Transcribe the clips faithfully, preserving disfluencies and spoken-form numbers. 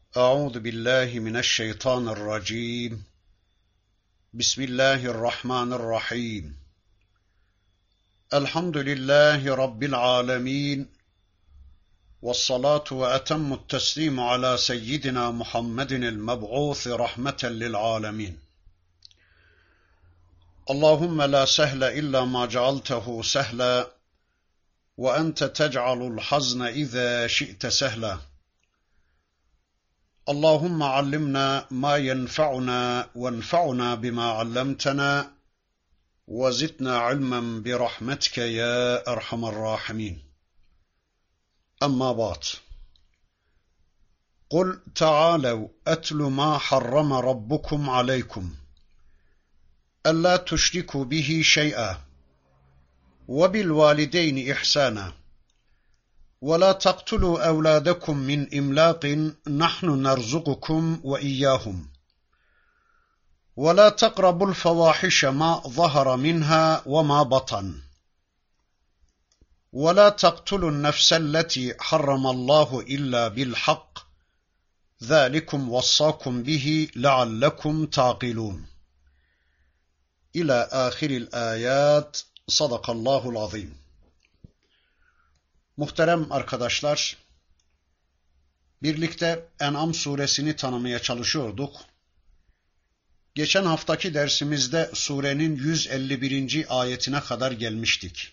أعوذ بالله من الشيطان الرجيم. بسم الله الرحمن الرحيم. الحمد لله رب العالمين، والصلاة وأتم التسليم على سيدنا محمد المبعوث رحمة للعالمين. اللهم لا سهل إلا ما جعلته سهلا، وأنت تجعل الحزن إذا شئت سهلا. اللهم علمنا ما ينفعنا وانفعنا بما علمتنا، وزدنا علما برحمتك يا أرحم الراحمين. أما بعد، قل تعالوا أتل ما حرم ربكم عليكم ألا تشركوا به شيئا، وبالوالدين إحسانا، ولا تقتلوا أولادكم من إملاق نحن نرزقكم وإياهم، ولا تقربوا الفواحش ما ظهر منها وما بطن، ولا تقتلوا النفس التي حرم الله إلا بالحق، ذلكم وصاكم به لعلكم تعقلون. إلى آخر الآيات. Sadakallahul azim. Muhterem arkadaşlar, birlikte En'am suresini tanımaya çalışıyorduk. Geçen haftaki dersimizde surenin yüz elli birinci ayetine kadar gelmiştik.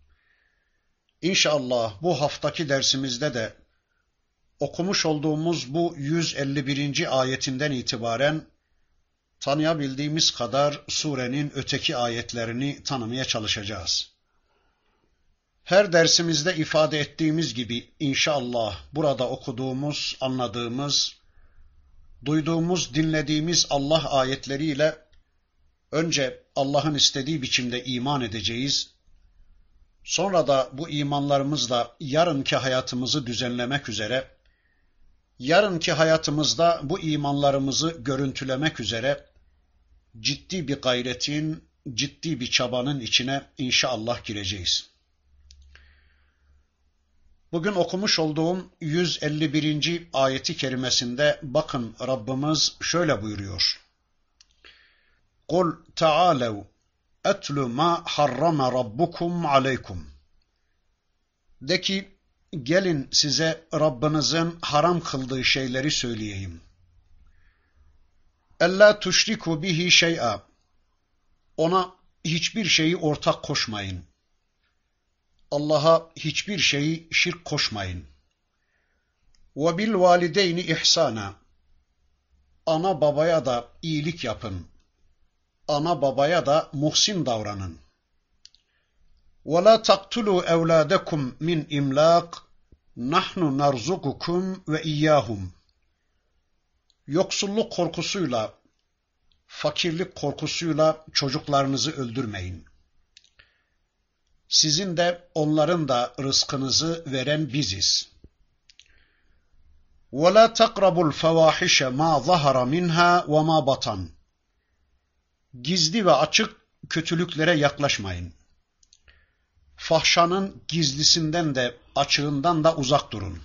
İnşallah bu haftaki dersimizde de okumuş olduğumuz bu yüz elli birinci ayetinden itibaren tanıyabildiğimiz kadar surenin öteki ayetlerini tanımaya çalışacağız. Her dersimizde ifade ettiğimiz gibi inşallah burada okuduğumuz, anladığımız, duyduğumuz, dinlediğimiz Allah ayetleriyle önce Allah'ın istediği biçimde iman edeceğiz. Sonra da bu imanlarımızla yarınki hayatımızı düzenlemek üzere, yarınki hayatımızda bu imanlarımızı görüntülemek üzere ciddi bir gayretin, ciddi bir çabanın içine inşallah gireceğiz. Bugün okumuş olduğum yüz elli birinci ayeti kerimesinde bakın Rabbimiz şöyle buyuruyor. قُلْ تَعَالَوْا اَتْلُ مَا حَرَّمَ رَبُّكُمْ عَلَيْكُمْ. De ki, gelin size Rabbinizin haram kıldığı şeyleri söyleyeyim. اَلَّا تُشْرِكُوا بِهِ شَيْئًا. Ona hiçbir şeyi ortak koşmayın. Allah'a hiçbir şeyi şirk koşmayın. وَبِالْوَالِدَيْنِ إِحْسَانًا. Ana babaya da iyilik yapın. Ana babaya da muhsin davranın. وَلَا تَقْتُلُوا أَوْلَادَكُمْ مِنْ إِمْلَاقٍ نَحْنُ نَرْزُقُكُمْ وَإِيَّاهُمْ. Yoksulluk korkusuyla, fakirlik korkusuyla çocuklarınızı öldürmeyin. Sizin de onların da rızkınızı veren biziz. وَلَا تَقْرَبُوا الْفَوَاحِشَ مَا ظَهَرَ مِنْهَا وَمَا بَطَنَ. Gizli ve açık kötülüklere yaklaşmayın. Fahşanın gizlisinden de açığından da uzak durun.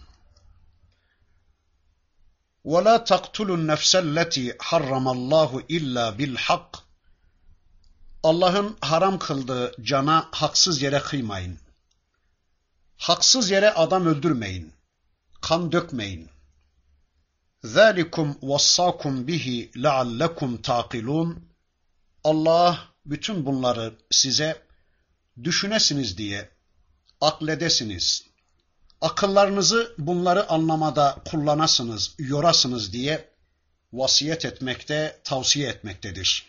وَلَا تَقْتُلُوا النَّفْسَ الَّتِي حَرَّمَ اللّٰهُ إِلَّا بِالْحَقِّ. Allah'ın haram kıldığı cana haksız yere kıymayın. Haksız yere adam öldürmeyin. Kan dökmeyin. ذَٰلِكُمْ وَصَّاكُمْ بِهِ لَعَلَّكُمْ تَعْقِلُونَ. Allah bütün bunları size düşünesiniz diye, akledesiniz, akıllarınızı bunları anlamada kullanasınız, yorasınız diye vasiyet etmekte, tavsiye etmektedir.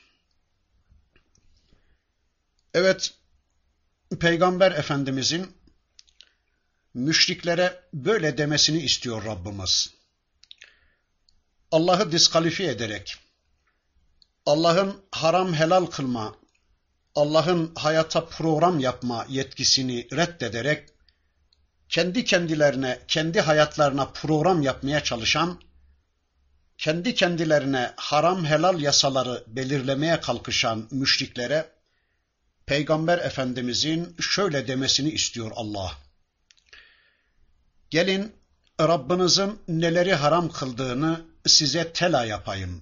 Evet, Peygamber Efendimizin müşriklere böyle demesini istiyor Rabbimiz. Allah'ı diskalifiye ederek, Allah'ın haram helal kılma, Allah'ın hayata program yapma yetkisini reddederek, kendi kendilerine, kendi hayatlarına program yapmaya çalışan, kendi kendilerine haram helal yasaları belirlemeye kalkışan müşriklere, Peygamber Efendimizin şöyle demesini istiyor Allah. Gelin Rabbinizin neleri haram kıldığını size tela yapayım.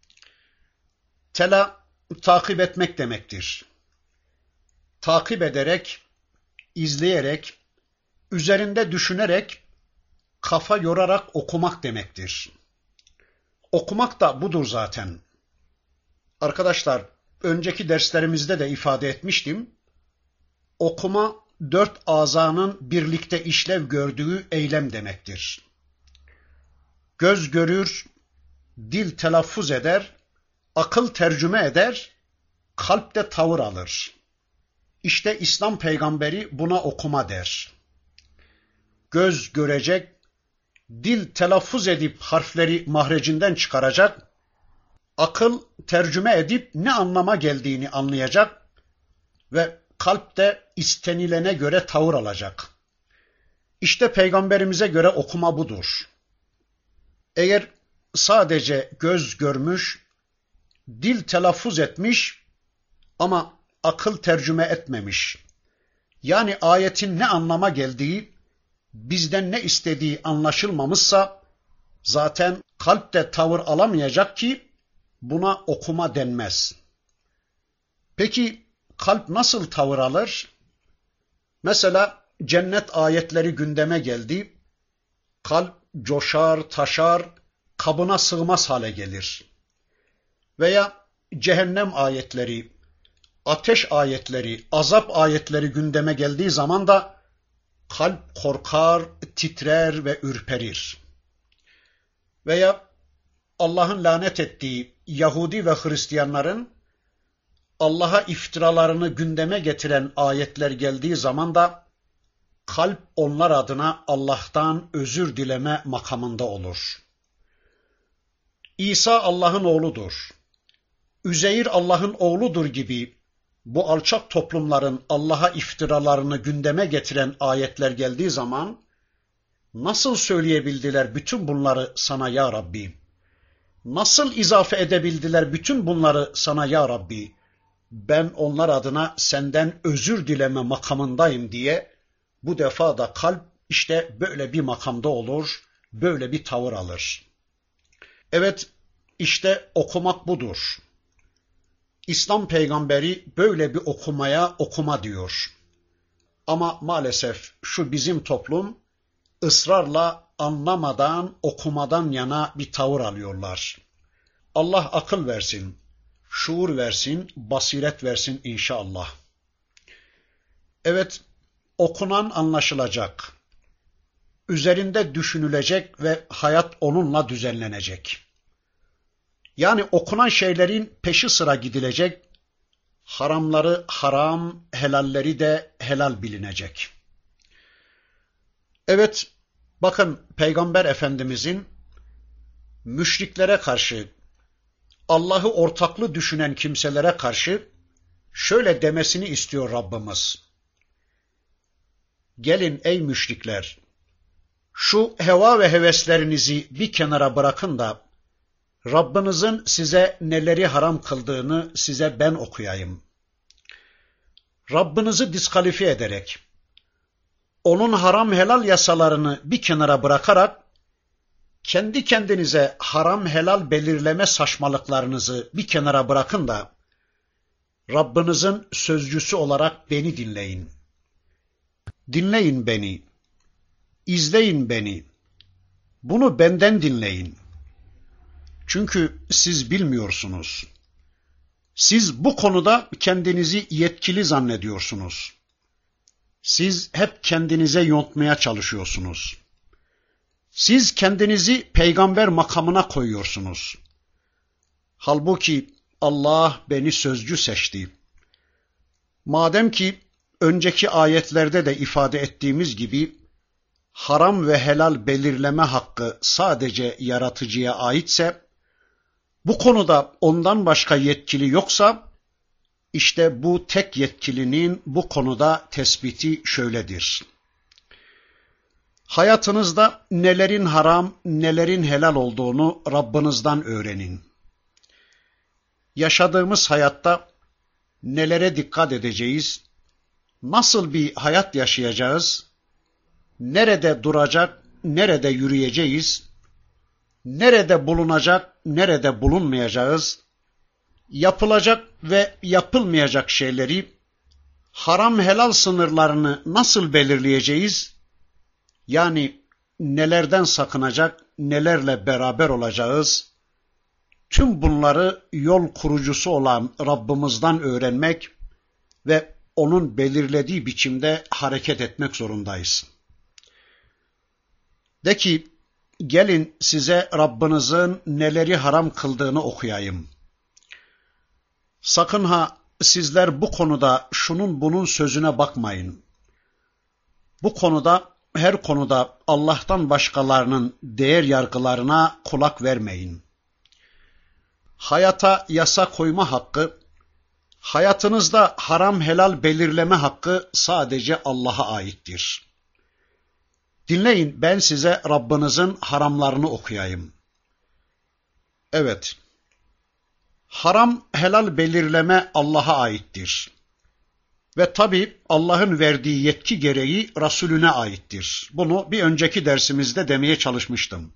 Tela, takip etmek demektir. Takip ederek, izleyerek, üzerinde düşünerek, kafa yorarak okumak demektir. Okumak da budur zaten. Arkadaşlar, önceki derslerimizde de ifade etmiştim. Okuma, dört azanın birlikte işlev gördüğü eylem demektir. Göz görür, dil telaffuz eder, akıl tercüme eder, kalp de tavır alır. İşte İslam peygamberi buna okuma der. Göz görecek, dil telaffuz edip harfleri mahrecinden çıkaracak, akıl tercüme edip ne anlama geldiğini anlayacak ve kalp de istenilene göre tavır alacak. İşte peygamberimize göre okuma budur. Eğer sadece göz görmüş, dil telaffuz etmiş ama akıl tercüme etmemiş, yani ayetin ne anlama geldiği, bizden ne istediği anlaşılmamışsa, zaten kalp de tavır alamayacak ki buna okuma denmez. Peki kalp nasıl tavır alır? Mesela cennet ayetleri gündeme geldi, kalp coşar, taşar, kabına sığmaz hale gelir. Veya cehennem ayetleri, ateş ayetleri, azap ayetleri gündeme geldiği zaman da kalp korkar, titrer ve ürperir. Veya Allah'ın lanet ettiği Yahudi ve Hristiyanların Allah'a iftiralarını gündeme getiren ayetler geldiği zaman da kalp onlar adına Allah'tan özür dileme makamında olur. İsa Allah'ın oğludur, Üzeyir Allah'ın oğludur gibi bu alçak toplumların Allah'a iftiralarını gündeme getiren ayetler geldiği zaman nasıl söyleyebildiler bütün bunları sana ya Rabbi? Nasıl izafe edebildiler bütün bunları sana ya Rabbi? Ben onlar adına senden özür dileme makamındayım diye bu defa da kalp işte böyle bir makamda olur, böyle bir tavır alır. Evet, işte okumak budur. İslam peygamberi böyle bir okumaya okuma diyor. Ama maalesef şu bizim toplum ısrarla anlamadan, okumadan yana bir tavır alıyorlar. Allah akıl versin, şuur versin, basiret versin inşallah. Evet, okunan anlaşılacak. Üzerinde düşünülecek ve hayat onunla düzenlenecek. Yani okunan şeylerin peşi sıra gidilecek, haramları haram, helalleri de helal bilinecek. Evet, bakın Peygamber Efendimizin müşriklere karşı, Allah'ı ortaklı düşünen kimselere karşı şöyle demesini istiyor Rabbimiz. Gelin ey müşrikler, şu heva ve heveslerinizi bir kenara bırakın da Rabbinizin size neleri haram kıldığını size ben okuyayım. Rabbinizi diskalifiye ederek, onun haram helal yasalarını bir kenara bırakarak, kendi kendinize haram helal belirleme saçmalıklarınızı bir kenara bırakın da, Rabbinizin sözcüsü olarak beni dinleyin. Dinleyin beni, izleyin beni, bunu benden dinleyin. Çünkü siz bilmiyorsunuz. Siz bu konuda kendinizi yetkili zannediyorsunuz. Siz hep kendinize yontmaya çalışıyorsunuz. Siz kendinizi peygamber makamına koyuyorsunuz. Halbuki Allah beni sözcü seçti. Madem ki önceki ayetlerde de ifade ettiğimiz gibi haram ve helal belirleme hakkı sadece yaratıcıya aitse, bu konuda ondan başka yetkili yoksa, işte bu tek yetkilinin bu konuda tespiti şöyledir. Hayatınızda nelerin haram, nelerin helal olduğunu Rabbinizden öğrenin. Yaşadığımız hayatta nelere dikkat edeceğiz, nasıl bir hayat yaşayacağız, nerede duracak, nerede yürüyeceğiz, nerede bulunacak, nerede bulunmayacağız, yapılacak ve yapılmayacak şeyleri, haram helal sınırlarını nasıl belirleyeceğiz? Yani nelerden sakınacak, nelerle beraber olacağız? Tüm bunları yol kurucusu olan Rabbimizden öğrenmek ve onun belirlediği biçimde hareket etmek zorundayız. De ki, gelin size Rabbinizin neleri haram kıldığını okuyayım. Sakın ha sizler bu konuda şunun bunun sözüne bakmayın. Bu konuda, her konuda Allah'tan başkalarının değer yargılarına kulak vermeyin. Hayata yasa koyma hakkı, hayatınızda haram helal belirleme hakkı sadece Allah'a aittir. Dinleyin, ben size Rabbinizin haramlarını okuyayım. Evet, haram helal belirleme Allah'a aittir. Ve tabi Allah'ın verdiği yetki gereği Resulüne aittir. Bunu bir önceki dersimizde demeye çalışmıştım.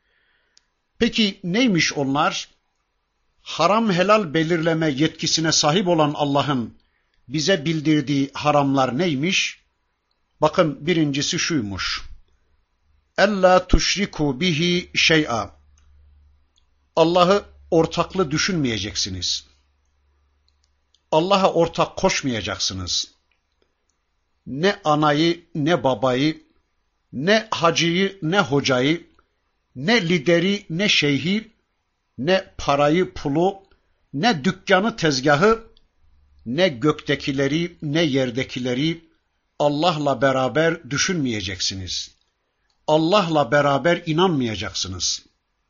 Peki neymiş onlar? Haram helal belirleme yetkisine sahip olan Allah'ın bize bildirdiği haramlar neymiş? Bakın birincisi şuymuş. Ella tuşriku bihi şey'a. Allah'ı ortaklı düşünmeyeceksiniz. Allah'a ortak koşmayacaksınız. Ne anayı, ne babayı, ne hacıyı, ne hocayı, ne lideri, ne şeyhi, ne parayı, pulu, ne dükkanı, tezgahı, ne göktekileri, ne yerdekileri Allah'la beraber düşünmeyeceksiniz. Allah'la beraber inanmayacaksınız.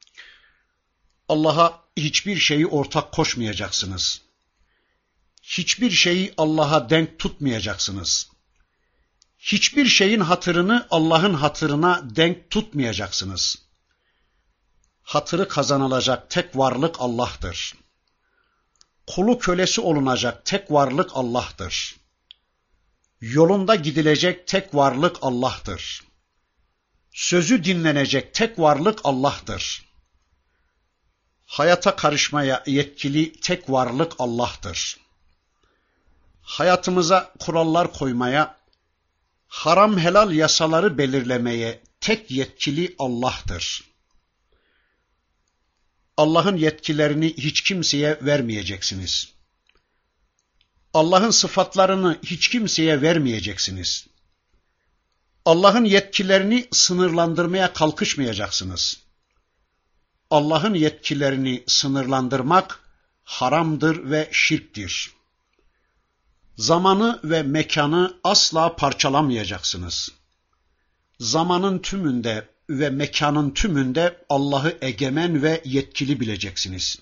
Allah'a hiçbir şeyi ortak koşmayacaksınız. Hiçbir şeyi Allah'a denk tutmayacaksınız. Hiçbir şeyin hatırını Allah'ın hatırına denk tutmayacaksınız. Hatırı kazanılacak tek varlık Allah'tır. Kulu kölesi olunacak tek varlık Allah'tır. Yolunda gidilecek tek varlık Allah'tır. Sözü dinlenecek tek varlık Allah'tır. Hayata karışmaya yetkili tek varlık Allah'tır. Hayatımıza kurallar koymaya, haram helal yasaları belirlemeye tek yetkili Allah'tır. Allah'ın yetkilerini hiç kimseye vermeyeceksiniz. Allah'ın sıfatlarını hiç kimseye vermeyeceksiniz. Allah'ın yetkilerini sınırlandırmaya kalkışmayacaksınız. Allah'ın yetkilerini sınırlandırmak haramdır ve şirktir. Zamanı ve mekanı asla parçalamayacaksınız. Zamanın tümünde ve mekanın tümünde Allah'ı egemen ve yetkili bileceksiniz.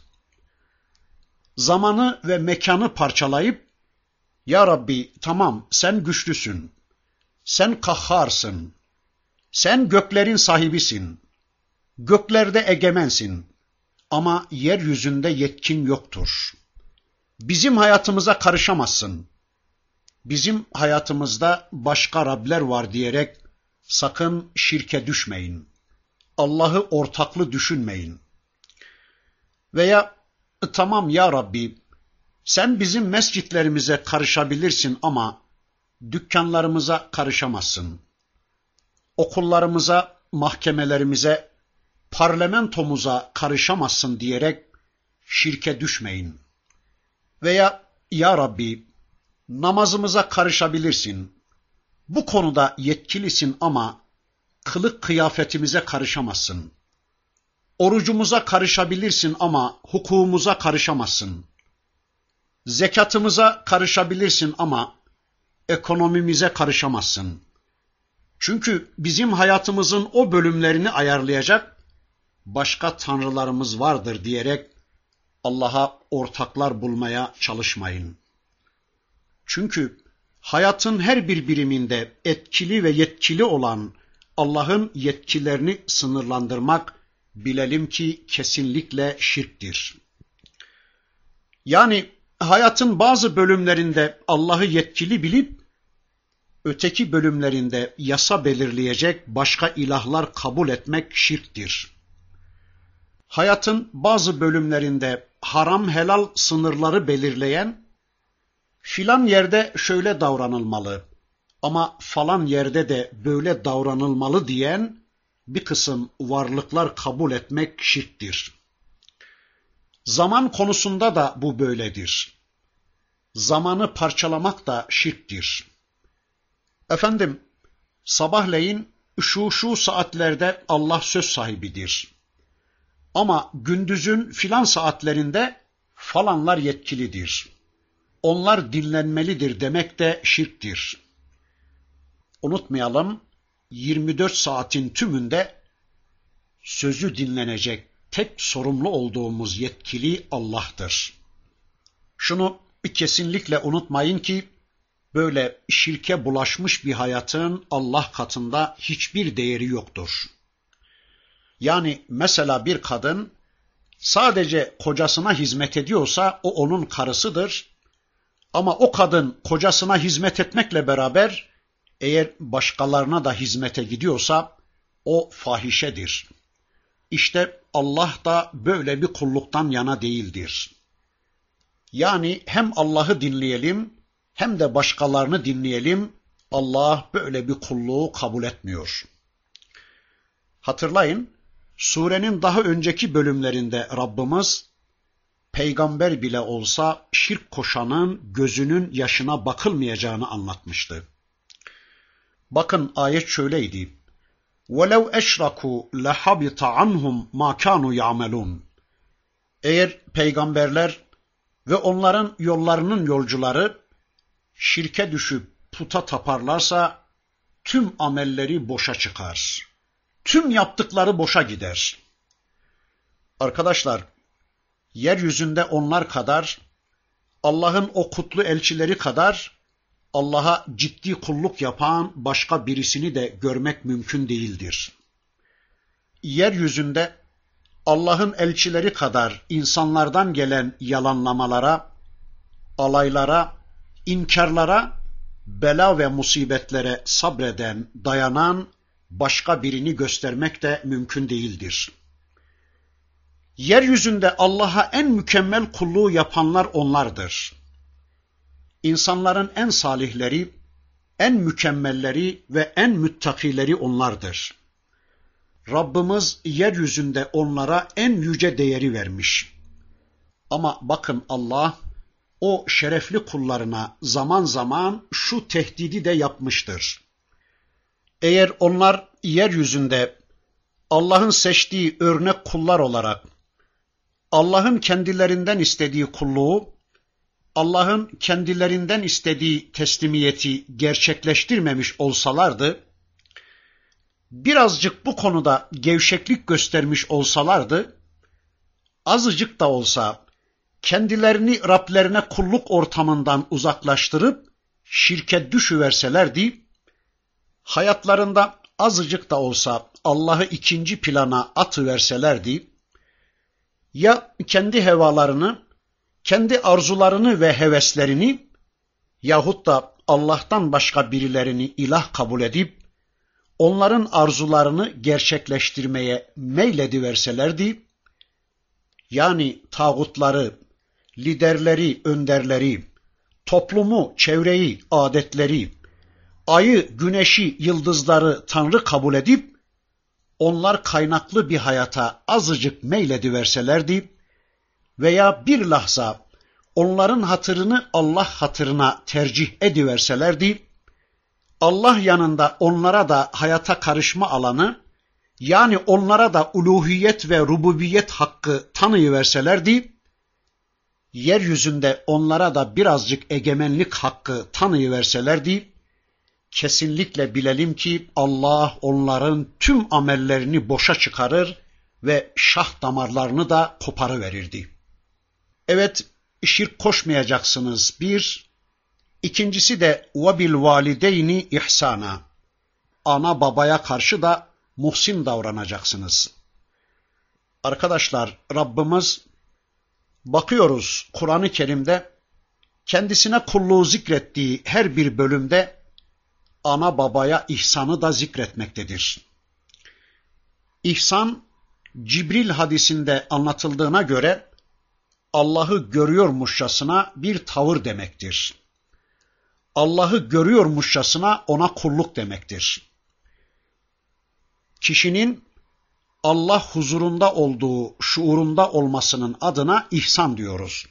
Zamanı ve mekanı parçalayıp, Ya Rabbi tamam sen güçlüsün, sen kahharsın, sen göklerin sahibisin, göklerde egemensin ama yeryüzünde yetkin yoktur. Bizim hayatımıza karışamazsın. Bizim hayatımızda başka Rabler var diyerek sakın şirke düşmeyin. Allah'ı ortaklı düşünmeyin. Veya tamam ya Rabbi sen bizim mescitlerimize karışabilirsin ama dükkanlarımıza karışamazsın. Okullarımıza, mahkemelerimize, parlamentomuza karışamazsın diyerek şirke düşmeyin. Veya ya Rabbi namazımıza karışabilirsin. Bu konuda yetkilisin ama kılık kıyafetimize karışamazsın. Orucumuza karışabilirsin ama hukukumuza karışamazsın. Zekatımıza karışabilirsin ama ekonomimize karışamazsın. Çünkü bizim hayatımızın o bölümlerini ayarlayacak başka tanrılarımız vardır diyerek Allah'a ortaklar bulmaya çalışmayın. Çünkü hayatın her bir biriminde etkili ve yetkili olan Allah'ın yetkilerini sınırlandırmak bilelim ki kesinlikle şirktir. Yani hayatın bazı bölümlerinde Allah'ı yetkili bilip öteki bölümlerinde yasa belirleyecek başka ilahlar kabul etmek şirktir. Hayatın bazı bölümlerinde haram helal sınırları belirleyen, filan yerde şöyle davranılmalı ama falan yerde de böyle davranılmalı diyen bir kısım varlıklar kabul etmek şirktir. Zaman konusunda da bu böyledir. Zamanı parçalamak da şirktir. Efendim, sabahleyin şu şu saatlerde Allah söz sahibidir. Ama gündüzün filan saatlerinde falanlar yetkilidir. Onlar dinlenmelidir demek de şirktir. Unutmayalım, yirmi dört saatin tümünde sözü dinlenecek tek sorumlu olduğumuz yetkili Allah'tır. Şunu kesinlikle unutmayın ki, böyle şirke bulaşmış bir hayatın Allah katında hiçbir değeri yoktur. Yani mesela bir kadın sadece kocasına hizmet ediyorsa o onun karısıdır. Ama o kadın kocasına hizmet etmekle beraber eğer başkalarına da hizmete gidiyorsa o fahişedir. İşte Allah da böyle bir kulluktan yana değildir. Yani hem Allah'ı dinleyelim hem de başkalarını dinleyelim, Allah böyle bir kulluğu kabul etmiyor. Hatırlayın, surenin daha önceki bölümlerinde Rabbimiz, peygamber bile olsa şirk koşanın gözünün yaşına bakılmayacağını anlatmıştı. Bakın ayet şöyleydi. وَلَوْ اَشْرَكُوا لَحَبِطَ عَنْهُمْ مَا كَانُوا يَعْمَلُونَ. Eğer peygamberler ve onların yollarının yolcuları şirke düşüp puta taparlarsa tüm amelleri boşa çıkar. Tüm yaptıkları boşa gider. Arkadaşlar, yeryüzünde onlar kadar, Allah'ın o kutlu elçileri kadar Allah'a ciddi kulluk yapan başka birisini de görmek mümkün değildir. Yeryüzünde Allah'ın elçileri kadar insanlardan gelen yalanlamalara, alaylara, inkarlara, bela ve musibetlere sabreden, dayanan başka birini göstermek de mümkün değildir. Yeryüzünde Allah'a en mükemmel kulluğu yapanlar onlardır. İnsanların en salihleri, en mükemmelleri ve en müttakileri onlardır. Rabbimiz yeryüzünde onlara en yüce değeri vermiş. Ama bakın Allah, o şerefli kullarına zaman zaman şu tehdidi de yapmıştır. Eğer onlar yeryüzünde Allah'ın seçtiği örnek kullar olarak Allah'ın kendilerinden istediği kulluğu, Allah'ın kendilerinden istediği teslimiyeti gerçekleştirmemiş olsalardı, birazcık bu konuda gevşeklik göstermiş olsalardı, azıcık da olsa kendilerini Rablerine kulluk ortamından uzaklaştırıp şirke düşüverselerdi, hayatlarında azıcık da olsa Allah'ı ikinci plana atıverselerdi, ya kendi hevalarını, kendi arzularını ve heveslerini yahut da Allah'tan başka birilerini ilah kabul edip onların arzularını gerçekleştirmeye meylediverselerdi, yani tağutları, liderleri, önderleri, toplumu, çevreyi, adetleri, ayı, güneşi, yıldızları Tanrı kabul edip onlar kaynaklı bir hayata azıcık meylediverselerdi veya bir lahza onların hatırını Allah hatırına tercih ediverselerdi, Allah yanında onlara da hayata karışma alanı, yani onlara da uluhiyet ve rububiyet hakkı tanıyıverselerdi, yeryüzünde onlara da birazcık egemenlik hakkı tanıyıverselerdi, kesinlikle bilelim ki Allah onların tüm amellerini boşa çıkarır ve şah damarlarını da koparıverirdi. Evet, şirk koşmayacaksınız bir, ikincisi de وَبِالْوَالِدَيْنِ ihsana. Ana babaya karşı da muhsin davranacaksınız. Arkadaşlar, Rabbimiz bakıyoruz Kur'an-ı Kerim'de kendisine kulluğu zikrettiği her bir bölümde ana babaya ihsanı da zikretmektedir. İhsan, Cibril hadisinde anlatıldığına göre Allah'ı görüyormuşçasına bir tavır demektir. Allah'ı görüyormuşçasına ona kulluk demektir. Kişinin Allah huzurunda olduğu şuurunda olmasının adına ihsan diyoruz.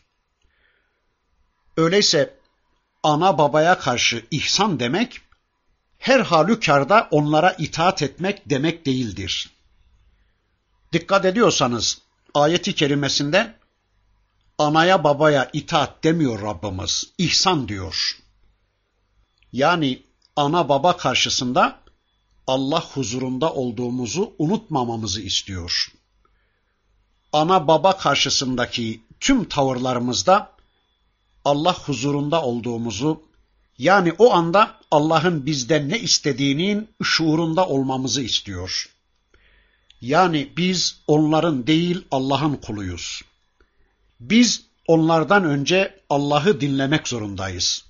Öyleyse ana babaya karşı ihsan demek, her halükarda onlara itaat etmek demek değildir. Dikkat ediyorsanız ayeti kerimesinde anaya babaya itaat demiyor Rabbimiz, ihsan diyor. Yani ana baba karşısında Allah huzurunda olduğumuzu unutmamamızı istiyor. Ana baba karşısındaki tüm tavırlarımızda Allah huzurunda olduğumuzu, yani o anda Allah'ın bizden ne istediğinin şuurunda olmamızı istiyor. Yani biz onların değil Allah'ın kuluyuz. Biz onlardan önce Allah'ı dinlemek zorundayız.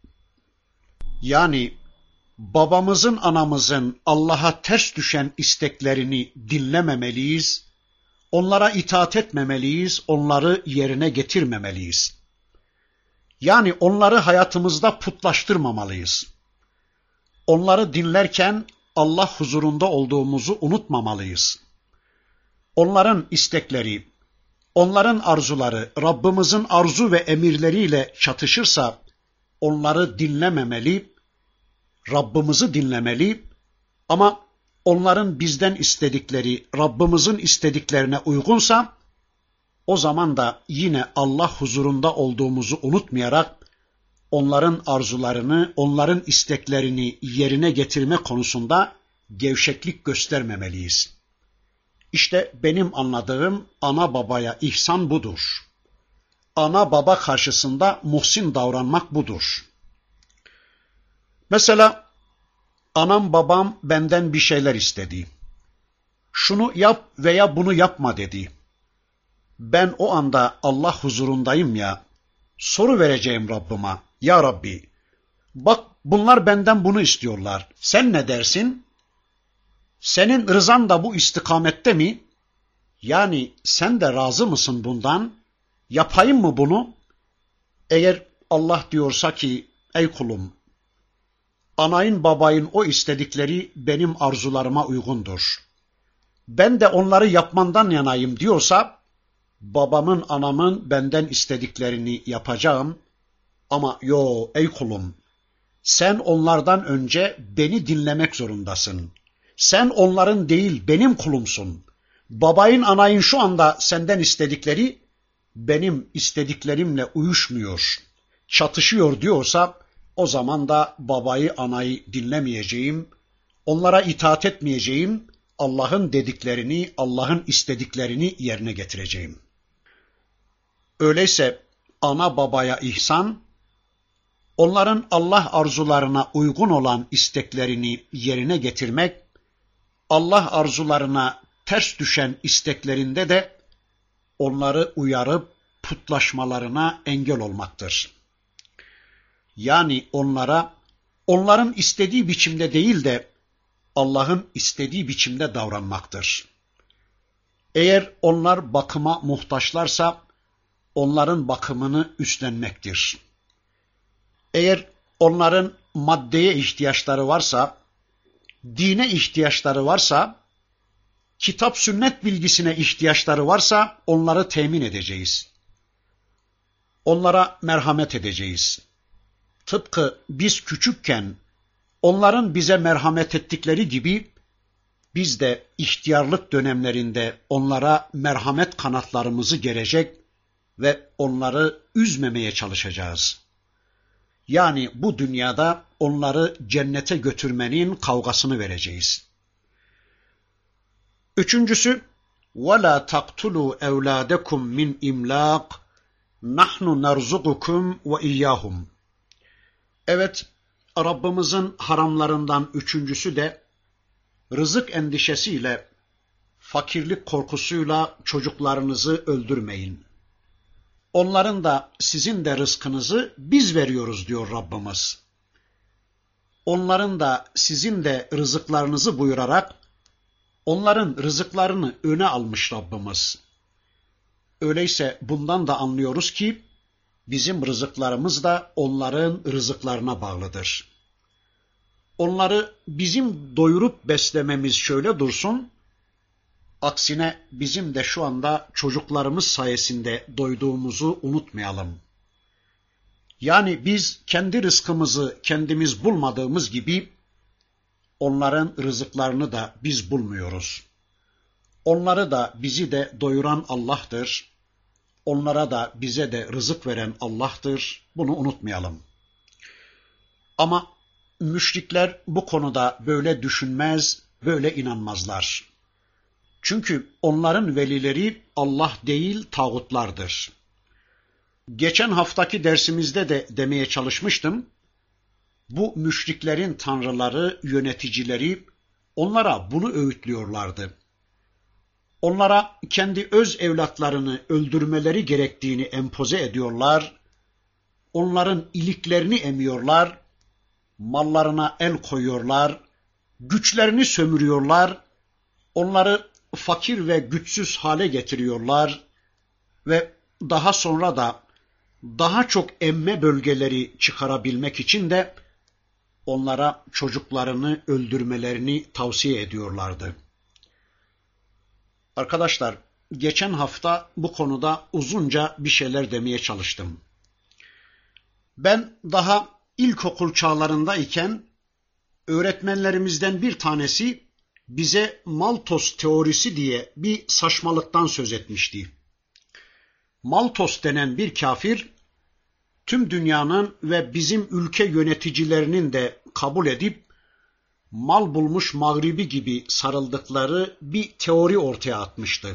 Yani babamızın, anamızın Allah'a ters düşen isteklerini dinlememeliyiz, onlara itaat etmemeliyiz, onları yerine getirmemeliyiz. Yani onları hayatımızda putlaştırmamalıyız. Onları dinlerken Allah huzurunda olduğumuzu unutmamalıyız. Onların istekleri, onların arzuları Rabbimizin arzu ve emirleriyle çatışırsa onları dinlememeli, Rabbimizi dinlemeli, ama onların bizden istedikleri Rabbimizin istediklerine uygunsa o zaman da yine Allah huzurunda olduğumuzu unutmayarak onların arzularını, onların isteklerini yerine getirme konusunda gevşeklik göstermemeliyiz. İşte benim anladığım ana babaya ihsan budur. Ana baba karşısında muhsin davranmak budur. Mesela anam babam benden bir şeyler istedi. Şunu yap veya bunu yapma dedi. Ben o anda Allah huzurundayım ya, soru vereceğim Rabbime. Ya Rabbi, bak bunlar benden bunu istiyorlar. Sen ne dersin? Senin rızan da bu istikamette mi? Yani sen de razı mısın bundan? Yapayım mı bunu? Eğer Allah diyorsa ki, ey kulum, anayın babayın o istedikleri benim arzularıma uygundur. Ben de onları yapmandan yanayım diyorsa, babamın, anamın benden istediklerini yapacağım. Ama yo ey kulum, sen onlardan önce beni dinlemek zorundasın. Sen onların değil benim kulumsun. Babayın, anayın şu anda senden istedikleri benim istediklerimle uyuşmuyor, çatışıyor diyorsa o zaman da babayı, anayı dinlemeyeceğim, onlara itaat etmeyeceğim, Allah'ın dediklerini, Allah'ın istediklerini yerine getireceğim. Öyleyse ana babaya ihsan, onların Allah arzularına uygun olan isteklerini yerine getirmek, Allah arzularına ters düşen isteklerinde de onları uyarıp putlaşmalarına engel olmaktır. Yani onlara onların istediği biçimde değil de Allah'ın istediği biçimde davranmaktır. Eğer onlar bakıma muhtaçlarsa onların bakımını üstlenmektir. Eğer onların maddeye ihtiyaçları varsa, dine ihtiyaçları varsa, kitap sünnet bilgisine ihtiyaçları varsa onları temin edeceğiz. Onlara merhamet edeceğiz. Tıpkı biz küçükken onların bize merhamet ettikleri gibi biz de ihtiyarlık dönemlerinde onlara merhamet kanatlarımızı gerecek ve onları üzmemeye çalışacağız. Yani bu dünyada onları cennete götürmenin kavgasını vereceğiz. Üçüncüsü, وَلَا تَقْتُلُوا اَوْلَادَكُمْ مِنْ اِمْلَاقٍ نَحْنُ نَرْزُقُكُمْ وَاِيَّاهُمْ. Evet, Rabbimizin haramlarından üçüncüsü de rızık endişesiyle, fakirlik korkusuyla çocuklarınızı öldürmeyin. Onların da sizin de rızkınızı biz veriyoruz diyor Rabbimiz. onların da sizin de rızıklarınızı buyurarak onların rızıklarını öne almış Rabbimiz. Öyleyse bundan da anlıyoruz ki bizim rızıklarımız da onların rızıklarına bağlıdır. Onları bizim doyurup beslememiz şöyle dursun, aksine bizim de şu anda çocuklarımız sayesinde doyduğumuzu unutmayalım. Yani biz kendi rızkımızı kendimiz bulmadığımız gibi onların rızıklarını da biz bulmuyoruz. Onları da bizi de doyuran Allah'tır. Onlara da bize de rızık veren Allah'tır. Bunu unutmayalım. Ama müşrikler bu konuda böyle düşünmez, böyle inanmazlar. Çünkü onların velileri Allah değil tağutlardır. Geçen haftaki dersimizde de demeye çalışmıştım. Bu müşriklerin tanrıları, yöneticileri onlara bunu öğütlüyorlardı. Onlara kendi öz evlatlarını öldürmeleri gerektiğini empoze ediyorlar. Onların iliklerini emiyorlar. Mallarına el koyuyorlar. Güçlerini sömürüyorlar. Onları fakir ve güçsüz hale getiriyorlar. Ve daha sonra da daha çok emme bölgeleri çıkarabilmek için de onlara çocuklarını öldürmelerini tavsiye ediyorlardı. Arkadaşlar, geçen hafta bu konuda uzunca bir şeyler demeye çalıştım. Ben daha ilkokul çağlarındayken öğretmenlerimizden bir tanesi bize Malthus teorisi diye bir saçmalıktan söz etmişti. Malthus denen bir kafir, tüm dünyanın ve bizim ülke yöneticilerinin de kabul edip mal bulmuş mağribi gibi sarıldıkları bir teori ortaya atmıştı.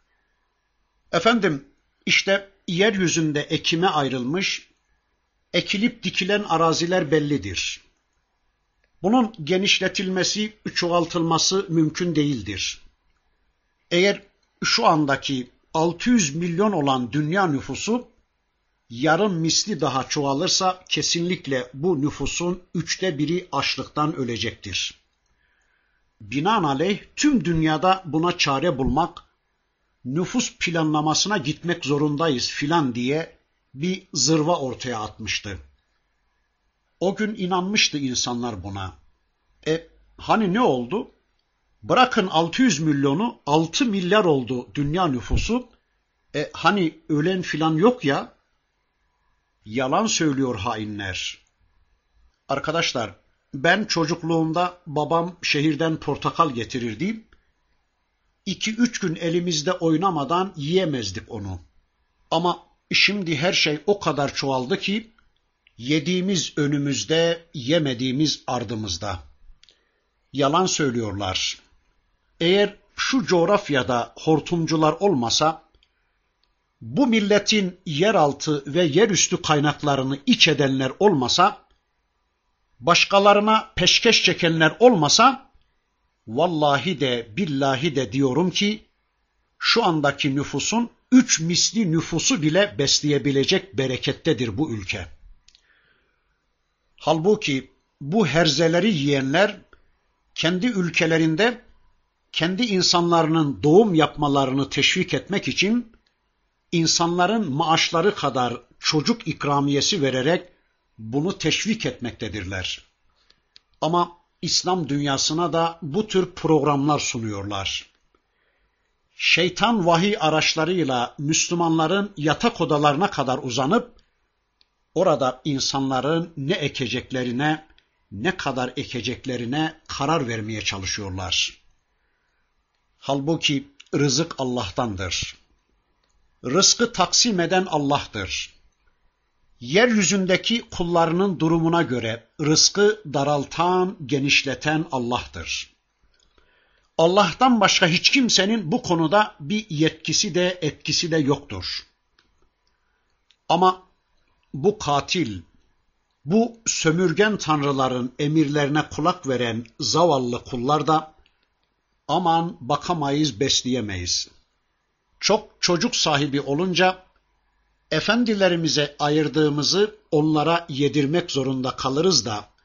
Efendim, işte yeryüzünde ekime ayrılmış, ekilip dikilen araziler bellidir. Bunun genişletilmesi, çoğaltılması mümkün değildir. Eğer şu andaki altı yüz milyon olan dünya nüfusu yarım misli daha çoğalırsa kesinlikle bu nüfusun üçte biri açlıktan ölecektir. Binaenaleyh tüm dünyada buna çare bulmak, nüfus planlamasına gitmek zorundayız filan diye bir zırva ortaya atmıştı. O gün inanmıştı insanlar buna. E hani ne oldu? Bırakın altı yüz milyonu, altı milyar oldu dünya nüfusu. E hani ölen filan yok ya? Yalan söylüyor hainler. Arkadaşlar, ben çocukluğumda babam şehirden portakal getirirdi. İki üç gün elimizde oynamadan yiyemezdik onu. Ama şimdi her şey o kadar çoğaldı ki yediğimiz önümüzde, yemediğimiz ardımızda. Yalan söylüyorlar. Eğer şu coğrafyada hortumcular olmasa, bu milletin yeraltı ve yerüstü kaynaklarını iç edenler olmasa, başkalarına peşkeş çekenler olmasa, vallahi de billahi de diyorum ki, şu andaki nüfusun üç misli nüfusu bile besleyebilecek berekettedir bu ülke. Halbuki bu herzeleri yiyenler, kendi ülkelerinde kendi insanlarının doğum yapmalarını teşvik etmek için insanların maaşları kadar çocuk ikramiyesi vererek bunu teşvik etmektedirler. Ama İslam dünyasına da bu tür programlar sunuyorlar. Şeytan vahiy araçlarıyla Müslümanların yatak odalarına kadar uzanıp orada insanların ne ekeceklerine, ne kadar ekeceklerine karar vermeye çalışıyorlar. Halbuki rızık Allah'tandır. Rızkı taksim eden Allah'tır. Yeryüzündeki kullarının durumuna göre rızkı daraltan, genişleten Allah'tır. Allah'tan başka hiç kimsenin bu konuda bir yetkisi de etkisi de yoktur. Ama bu katil, bu sömürgen tanrıların emirlerine kulak veren zavallı kullar da aman bakamayız, besleyemeyiz. Çok çocuk sahibi olunca efendilerimize ayırdığımızı onlara yedirmek zorunda kalırız da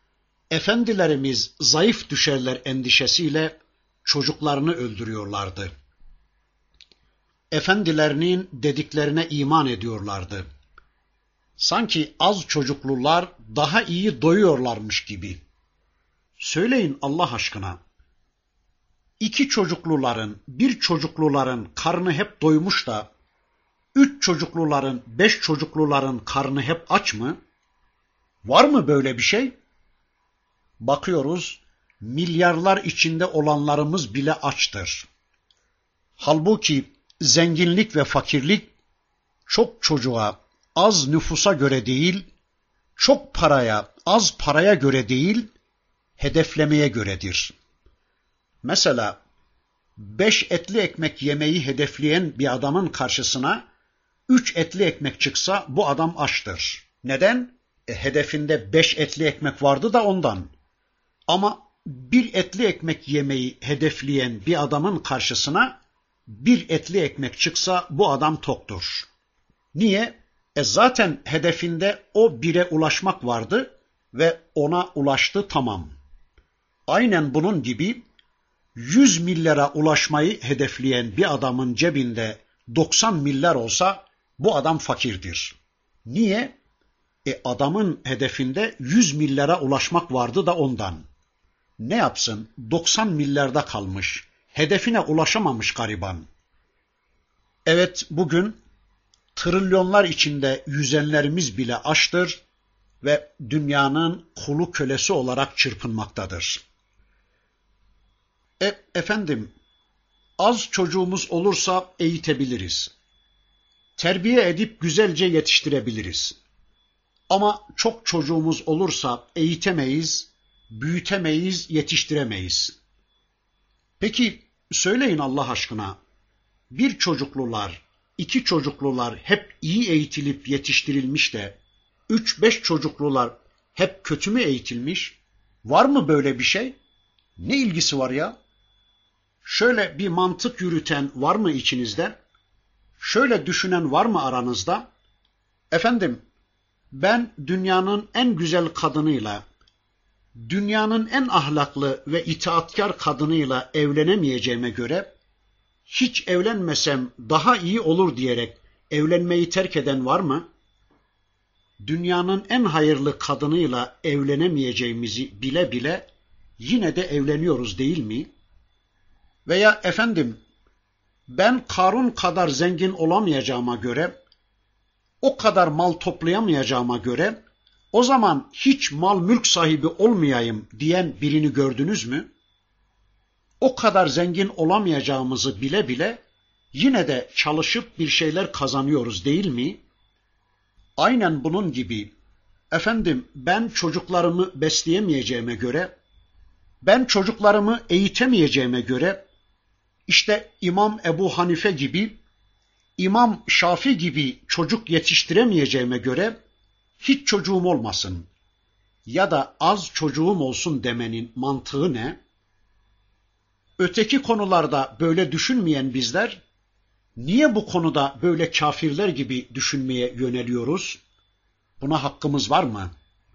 Efendilerimiz zayıf düşerler endişesiyle çocuklarını öldürüyorlardı. Efendilerinin dediklerine iman ediyorlardı. Sanki az çocuklular daha iyi doyuyorlarmış gibi. Söyleyin Allah aşkına. İki çocukluların, bir çocukluların karnı hep doymuş da, üç çocukluların, beş çocukluların karnı hep aç mı? Var mı böyle bir şey? Bakıyoruz, milyarlar içinde olanlarımız bile açtır. Halbuki zenginlik ve fakirlik çok çocuğa, az nüfusa göre değil, çok paraya, az paraya göre değil, hedeflemeye göredir. Mesela beş etli ekmek yemeyi hedefleyen bir adamın karşısına üç etli ekmek çıksa bu adam açtır. Neden? E, hedefinde beş etli ekmek vardı da ondan. Ama bir etli ekmek yemeyi hedefleyen bir adamın karşısına bir etli ekmek çıksa bu adam toktur. Niye? E zaten hedefinde o bire ulaşmak vardı ve ona ulaştı, tamam. Aynen bunun gibi yüz milyara ulaşmayı hedefleyen bir adamın cebinde doksan milyar olsa bu adam fakirdir. Niye? E adamın hedefinde yüz milyara ulaşmak vardı da ondan. Ne yapsın? doksan milyarda kalmış. Hedefine ulaşamamış gariban. Evet, bugün trilyonlar içinde yüzenlerimiz bile açtır ve dünyanın kulu kölesi olarak çırpınmaktadır. E, efendim, az çocuğumuz olursa eğitebiliriz. Terbiye edip güzelce yetiştirebiliriz. Ama çok çocuğumuz olursa eğitemeyiz, büyütemeyiz, yetiştiremeyiz. Peki söyleyin Allah aşkına, bir çocuklular, iki çocuklular hep iyi eğitilip yetiştirilmiş de üç beş çocuklular hep kötü mü eğitilmiş? Var mı böyle bir şey? Ne ilgisi var ya? Şöyle bir mantık yürüten var mı içinizde? Şöyle düşünen var mı aranızda? Efendim, ben dünyanın en güzel kadınıyla, dünyanın en ahlaklı ve itaatkar kadınıyla evlenemeyeceğime göre, hiç evlenmesem daha iyi olur diyerek evlenmeyi terk eden var mı? Dünyanın en hayırlı kadınıyla evlenemeyeceğimizi bile bile yine de evleniyoruz değil mi? Veya efendim, ben Karun kadar zengin olamayacağıma göre, o kadar mal toplayamayacağıma göre, o zaman hiç mal mülk sahibi olmayayım diyen birini gördünüz mü? O kadar zengin olamayacağımızı bile bile yine de çalışıp bir şeyler kazanıyoruz değil mi? Aynen bunun gibi, efendim ben çocuklarımı besleyemeyeceğime göre, ben çocuklarımı eğitemeyeceğime göre, işte İmam Ebu Hanife gibi, İmam Şafi gibi çocuk yetiştiremeyeceğime göre hiç çocuğum olmasın ya da az çocuğum olsun demenin mantığı ne? Öteki konularda böyle düşünmeyen bizler, niye bu konuda böyle kafirler gibi düşünmeye yöneliyoruz? Buna hakkımız var mı?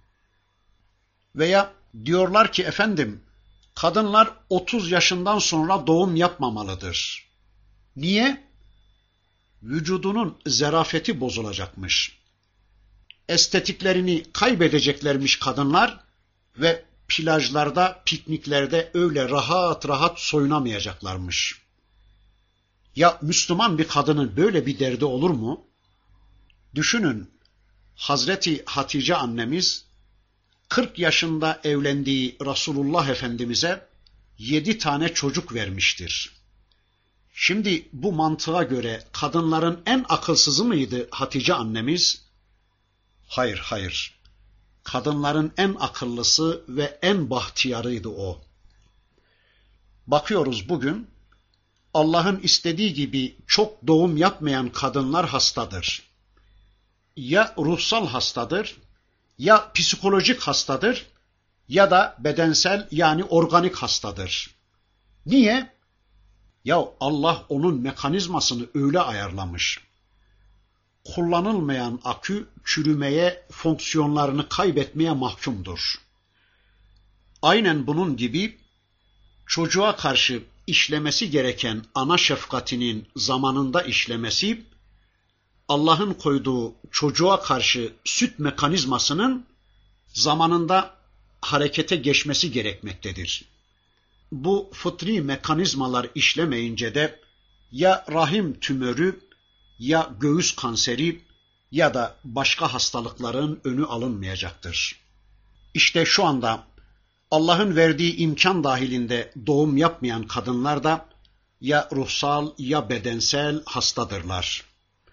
Veya diyorlar ki efendim, kadınlar otuz yaşından sonra doğum yapmamalıdır. Niye? Vücudunun zarafeti bozulacakmış. Estetiklerini kaybedeceklermiş kadınlar ve plajlarda, pikniklerde öyle rahat rahat soyunamayacaklarmış. Ya Müslüman bir kadının böyle bir derdi olur mu? Düşünün, Hazreti Hatice annemiz kırk yaşında evlendiği Resulullah Efendimiz'e yedi tane çocuk vermiştir. Şimdi bu mantığa göre kadınların en akılsızı mıydı Hatice annemiz? Hayır, hayır. Kadınların en akıllısı ve en bahtiyarıydı o. Bakıyoruz bugün, Allah'ın istediği gibi çok doğum yapmayan kadınlar hastadır. Ya ruhsal hastadır, ya psikolojik hastadır, ya da bedensel yani organik hastadır. Niye? Ya Allah onun mekanizmasını öyle ayarlamış. Kullanılmayan akü çürümeye, fonksiyonlarını kaybetmeye mahkumdur. Aynen bunun gibi çocuğa karşı işlemesi gereken ana şefkatinin zamanında işlemesi, Allah'ın koyduğu çocuğa karşı süt mekanizmasının zamanında harekete geçmesi gerekmektedir. Bu fıtri mekanizmalar işlemeyince de ya rahim tümörü, ya göğüs kanseri ya da başka hastalıkların önü alınmayacaktır. İşte şu anda Allah'ın verdiği imkan dahilinde doğum yapmayan kadınlar da ya ruhsal ya bedensel hastadırlar.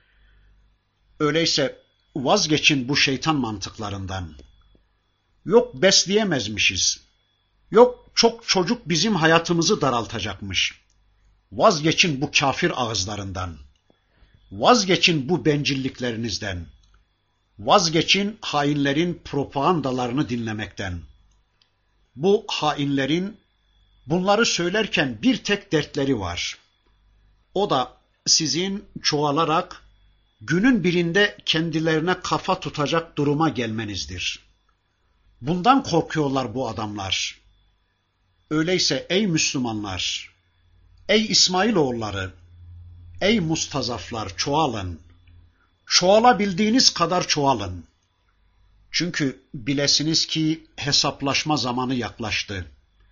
Öyleyse vazgeçin bu şeytan mantıklarından. Yok besleyemezmişiz. Yok çok çocuk bizim hayatımızı daraltacakmış. Vazgeçin bu kafir ağızlarından. Vazgeçin bu bencilliklerinizden. Vazgeçin hainlerin propagandalarını dinlemekten. Bu hainlerin bunları söylerken bir tek dertleri var. O da sizin çoğalarak günün birinde kendilerine kafa tutacak duruma gelmenizdir. Bundan korkuyorlar bu adamlar. Öyleyse ey Müslümanlar, ey İsmailoğulları, ey mustazaflar çoğalın. Çoğalabildiğiniz kadar çoğalın. Çünkü bilesiniz ki hesaplaşma zamanı yaklaştı.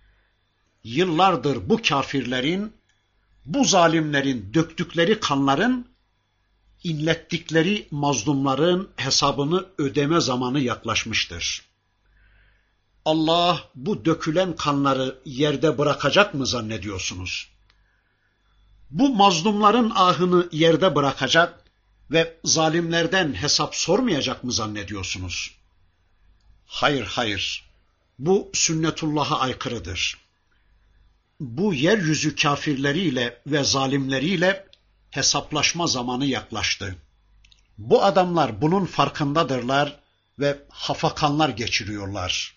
Yıllardır bu kafirlerin, bu zalimlerin döktükleri kanların, inlettikleri mazlumların hesabını ödeme zamanı yaklaşmıştır. Allah bu dökülen kanları yerde bırakacak mı zannediyorsunuz? Bu mazlumların ahını yerde bırakacak ve zalimlerden hesap sormayacak mı zannediyorsunuz? Hayır, hayır. Bu sünnetullah'a aykırıdır. Bu yeryüzü kafirleriyle ve zalimleriyle hesaplaşma zamanı yaklaştı. Bu adamlar bunun farkındadırlar ve hafakanlar geçiriyorlar.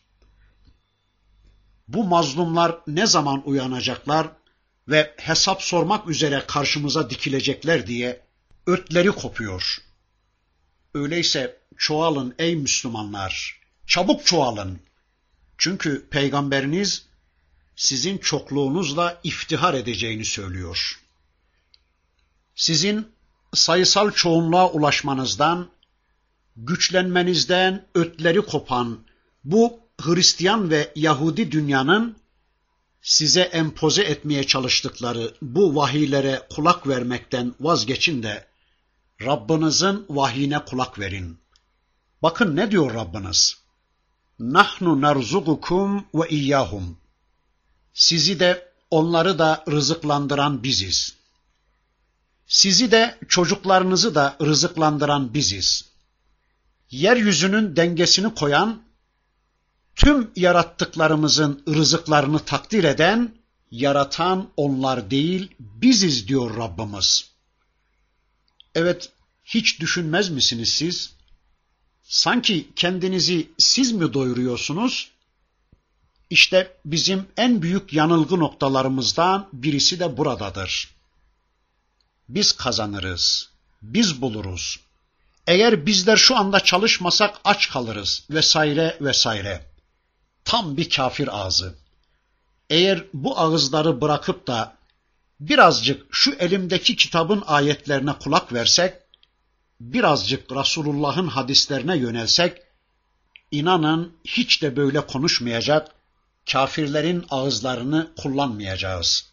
Bu mazlumlar ne zaman uyanacaklar ve hesap sormak üzere karşımıza dikilecekler diye ötleri kopuyor. Öyleyse çoğalın ey Müslümanlar, çabuk çoğalın. Çünkü Peygamberiniz sizin çokluğunuzla iftihar edeceğini söylüyor. Sizin sayısal çoğunluğa ulaşmanızdan, güçlenmenizden ötleri kopan bu Hristiyan ve Yahudi dünyanın size empoze etmeye çalıştıkları bu vahiylere kulak vermekten vazgeçin de Rabbinizin vahyine kulak verin. Bakın ne diyor Rabbiniz? Nahnu narzukukum ve iyyahum. Sizi de onları da rızıklandıran biziz. Sizi de çocuklarınızı da rızıklandıran biziz. Yeryüzünün dengesini koyan, tüm yarattıklarımızın rızıklarını takdir eden, yaratan onlar değil, biziz diyor Rabbimiz. Evet, hiç düşünmez misiniz siz? Sanki kendinizi siz mi doyuruyorsunuz? İşte bizim en büyük yanılgı noktalarımızdan birisi de buradadır. Biz kazanırız, biz buluruz. Eğer bizler şu anda çalışmasak aç kalırız vesaire vesaire. Tam bir kafir ağzı. Eğer bu ağızları bırakıp da birazcık şu elimdeki kitabın ayetlerine kulak versek, birazcık Resulullah'ın hadislerine yönelsek, inanın hiç de böyle konuşmayacak, kafirlerin ağızlarını kullanmayacağız.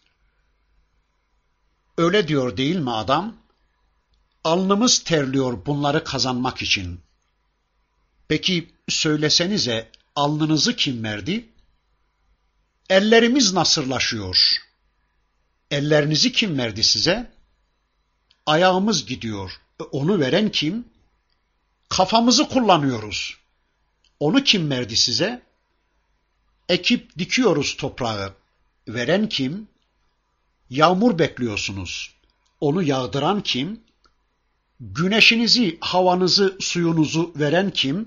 Öyle diyor değil mi adam? Alnımız terliyor bunları kazanmak için. Peki söylesenize alnınızı kim verdi? Ellerimiz nasırlaşıyor. Ellerinizi kim verdi size? Ayağımız gidiyor. Onu veren kim? Kafamızı kullanıyoruz. Onu kim verdi size? Ekip dikiyoruz toprağı. Veren kim? Yağmur bekliyorsunuz. Onu yağdıran kim? Güneşinizi, havanızı, suyunuzu veren kim?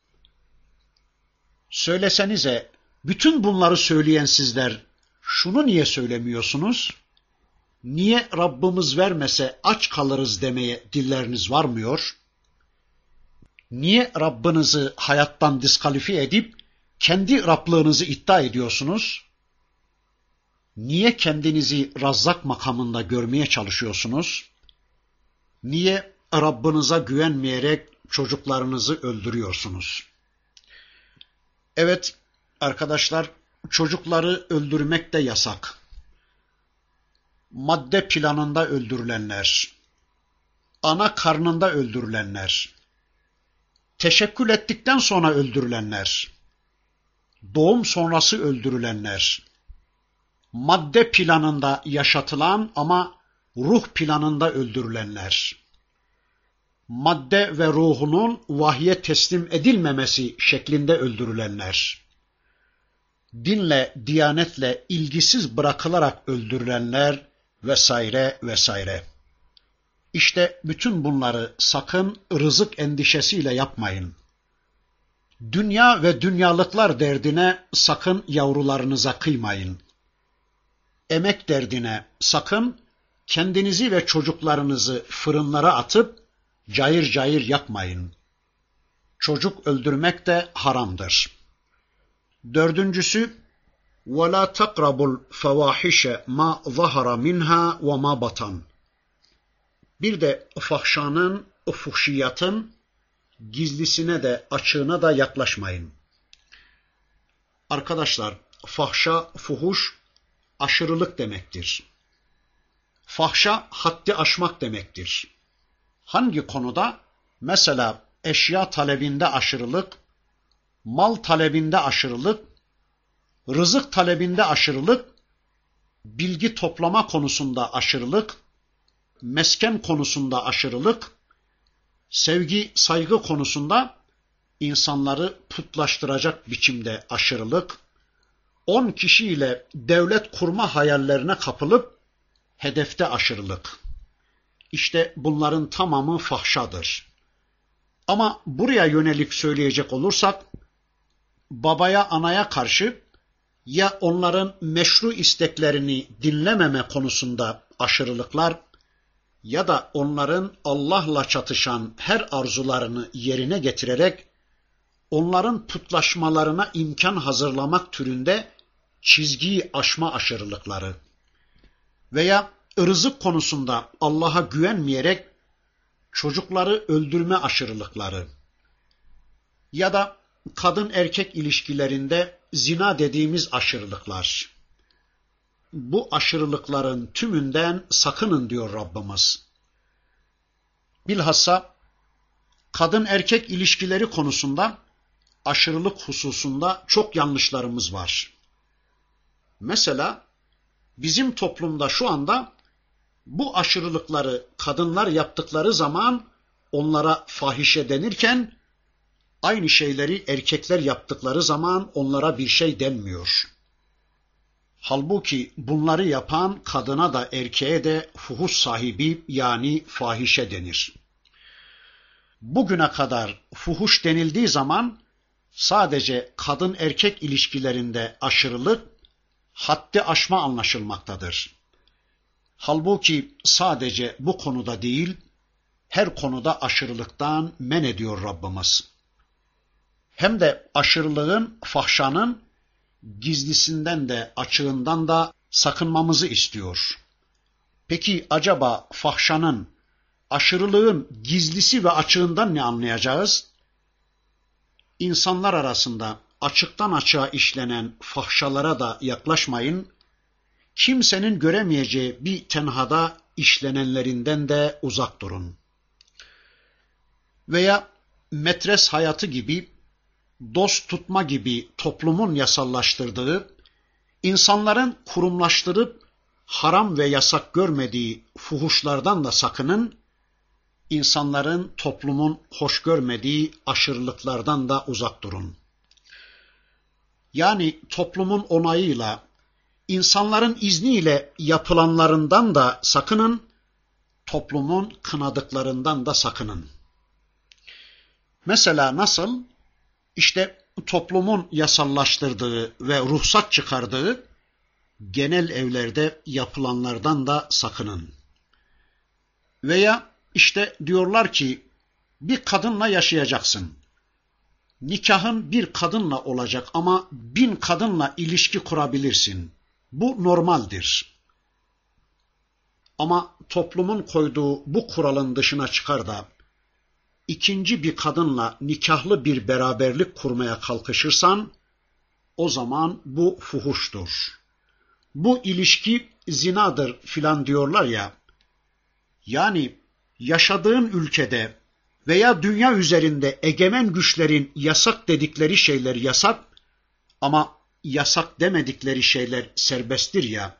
Söylesenize, bütün bunları söyleyen sizler şunu niye söylemiyorsunuz? Niye Rabbimiz vermese aç kalırız demeye dilleriniz varmıyor? Niye Rabbinizi hayattan diskalifiye edip kendi Rablığınızı iddia ediyorsunuz? Niye kendinizi Razzak makamında görmeye çalışıyorsunuz? Niye Rabbinize güvenmeyerek çocuklarınızı öldürüyorsunuz? Evet arkadaşlar, çocukları öldürmek de yasak. Madde planında öldürülenler, ana karnında öldürülenler, teşekkül ettikten sonra öldürülenler, doğum sonrası öldürülenler, madde planında yaşatılan ama ruh planında öldürülenler, madde ve ruhunun vahye teslim edilmemesi şeklinde öldürülenler, dinle, diyanetle ilgisiz bırakılarak öldürülenler vesaire vesaire. İşte bütün bunları sakın rızık endişesiyle yapmayın. Dünya ve dünyalıklar derdine sakın yavrularınıza kıymayın. Emek derdine sakın kendinizi ve çocuklarınızı fırınlara atıp cayır cayır yakmayın. Çocuk öldürmek de haramdır. Dördüncüsü, وَلَا تَقْرَبُوا الْفَوَاحِشَ مَا ظَهَرَ مِنْهَا وَمَا بَطَنَ. Bir de fahşanın, fuhşiyatın gizlisine de açığına da yaklaşmayın. Arkadaşlar, fahşa, fuhuş aşırılık demektir. Fahşa haddi aşmak demektir. Hangi konuda? Mesela eşya talebinde aşırılık, mal talebinde aşırılık, rızık talebinde aşırılık, bilgi toplama konusunda aşırılık, mesken konusunda aşırılık, sevgi, saygı konusunda insanları putlaştıracak biçimde aşırılık, on kişiyle devlet kurma hayallerine kapılıp hedefte aşırılık. İşte bunların tamamı fahşadır. Ama buraya yönelik söyleyecek olursak, babaya, anaya karşı ya onların meşru isteklerini dinlememe konusunda aşırılıklar ya da onların Allah'la çatışan her arzularını yerine getirerek onların putlaşmalarına imkan hazırlamak türünde çizgiyi aşma aşırılıkları veya rızık konusunda Allah'a güvenmeyerek çocukları öldürme aşırılıkları ya da kadın erkek ilişkilerinde zina dediğimiz aşırılıklar. Bu aşırılıkların tümünden sakının diyor Rabbimiz. Bilhassa kadın erkek ilişkileri konusunda aşırılık hususunda çok yanlışlarımız var. Mesela bizim toplumda şu anda bu aşırılıkları kadınlar yaptıkları zaman onlara fahişe denirken aynı şeyleri erkekler yaptıkları zaman onlara bir şey denmiyor. Halbuki bunları yapan kadına da erkeğe de fuhuş sahibi yani fahişe denir. Bugüne kadar fuhuş denildiği zaman sadece kadın erkek ilişkilerinde aşırılık, haddi aşma anlaşılmaktadır. Halbuki sadece bu konuda değil, her konuda aşırılıktan men ediyor Rabbimiz. Hem de aşırılığın, fahşanın gizlisinden de açığından da sakınmamızı istiyor. Peki acaba fahşanın, aşırılığın gizlisi ve açığından ne anlayacağız? İnsanlar arasında açıktan açığa işlenen fahşalara da yaklaşmayın, kimsenin göremeyeceği bir tenhada işlenenlerinden de uzak durun. Veya metres hayatı gibi, dost tutma gibi toplumun yasallaştırdığı, insanların kurumlaştırıp haram ve yasak görmediği fuhuşlardan da sakının, insanların, toplumun hoş görmediği aşırılıklardan da uzak durun. Yani toplumun onayıyla, insanların izniyle yapılanlarından da sakının, toplumun kınadıklarından da sakının. Mesela nasıl? İşte toplumun yasallaştırdığı ve ruhsat çıkardığı genel evlerde yapılanlardan da sakının. Veya işte diyorlar ki bir kadınla yaşayacaksın. nikahın bir kadınla olacak ama bin kadınla ilişki kurabilirsin. Bu normaldir. Ama toplumun koyduğu bu kuralın dışına çıkar da ikinci bir kadınla nikahlı bir beraberlik kurmaya kalkışırsan, o zaman bu fuhuştur. Bu ilişki zinadır filan diyorlar ya, yani yaşadığın ülkede veya dünya üzerinde egemen güçlerin yasak dedikleri şeyler yasak ama yasak demedikleri şeyler serbesttir ya.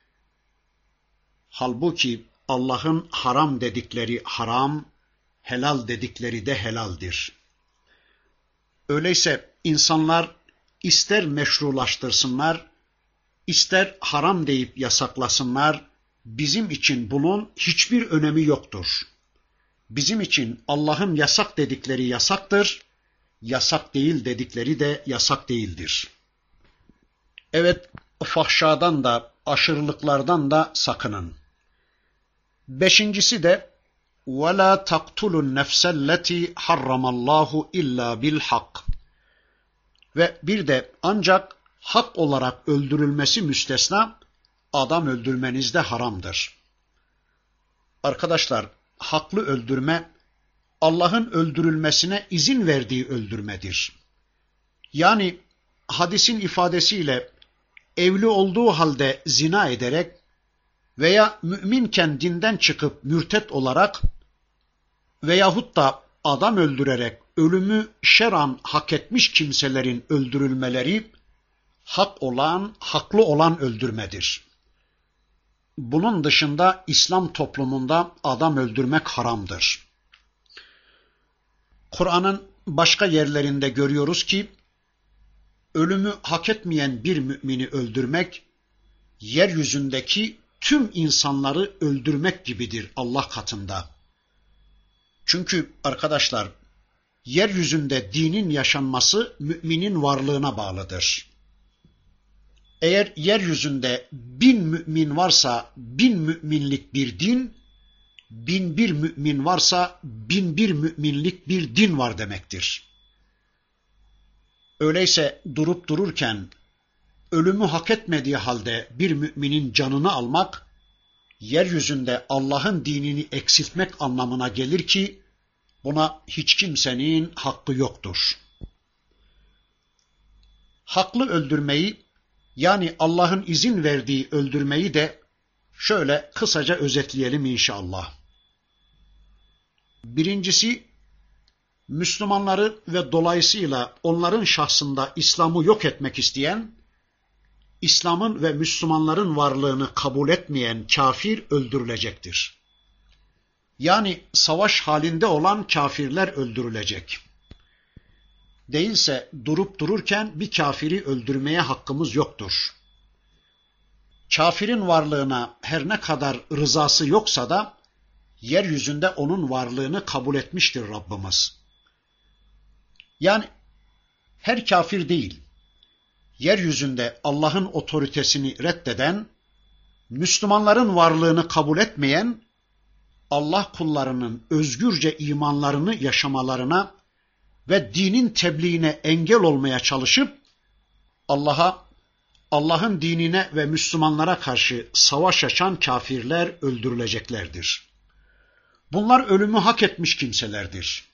Halbuki Allah'ın haram dedikleri haram, helal dedikleri de helaldir. Öyleyse insanlar ister meşrulaştırsınlar, ister haram deyip yasaklasınlar, bizim için bunun hiçbir önemi yoktur. Bizim için Allah'ın yasak dedikleri yasaktır, yasak değil dedikleri de yasak değildir. Evet, fahşadan da, aşırılıklardan da sakının. Beşincisi de وَلَا تَقْتُلُوا النَّفْسَ الَّتِي حَرَّمَ اللّٰهُ اِلَّا بِالْحَقِّ. Ve bir de ancak hak olarak öldürülmesi müstesna, adam öldürmeniz de haramdır. Arkadaşlar, haklı öldürme, Allah'ın öldürülmesine izin verdiği öldürmedir. Yani hadisin ifadesiyle evli olduğu halde zina ederek veya müminken dinden çıkıp mürtet olarak veyahut da adam öldürerek ölümü şer'an hak etmiş kimselerin öldürülmeleri hak olan, haklı olan öldürmedir. Bunun dışında İslam toplumunda adam öldürmek haramdır. Kur'an'ın başka yerlerinde görüyoruz ki ölümü hak etmeyen bir mümini öldürmek yeryüzündeki tüm insanları öldürmek gibidir Allah katında. Çünkü arkadaşlar, yeryüzünde dinin yaşanması müminin varlığına bağlıdır. Eğer yeryüzünde bin mümin varsa bin müminlik bir din, bin bir mümin varsa bin bir müminlik bir din var demektir. Öyleyse durup dururken ölümü hak etmediği halde bir müminin canını almak, yeryüzünde Allah'ın dinini eksiltmek anlamına gelir ki, buna hiç kimsenin hakkı yoktur. Haklı öldürmeyi, yani Allah'ın izin verdiği öldürmeyi de şöyle kısaca özetleyelim inşallah. Birincisi, Müslümanları ve dolayısıyla onların şahsında İslam'ı yok etmek isteyen, İslam'ın ve Müslümanların varlığını kabul etmeyen kafir öldürülecektir. Yani savaş halinde olan kafirler öldürülecek. Değilse durup dururken bir kafiri öldürmeye hakkımız yoktur. Kafirin varlığına her ne kadar rızası yoksa da yeryüzünde onun varlığını kabul etmiştir Rabbimiz. Yani her kafir değil, yeryüzünde Allah'ın otoritesini reddeden, Müslümanların varlığını kabul etmeyen, Allah kullarının özgürce imanlarını yaşamalarına ve dinin tebliğine engel olmaya çalışıp Allah'a, Allah'ın dinine ve Müslümanlara karşı savaş açan kafirler öldürüleceklerdir. Bunlar ölümü hak etmiş kimselerdir.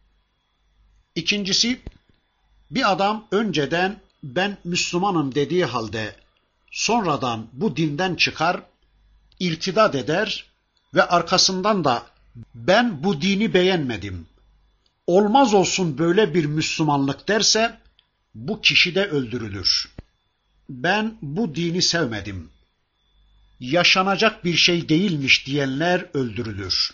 İkincisi, bir adam önceden ben Müslümanım dediği halde sonradan bu dinden çıkar, irtidat eder ve arkasından da ben bu dini beğenmedim, olmaz olsun böyle bir Müslümanlık derse bu kişi de öldürülür. Ben bu dini sevmedim, yaşanacak bir şey değilmiş diyenler öldürülür.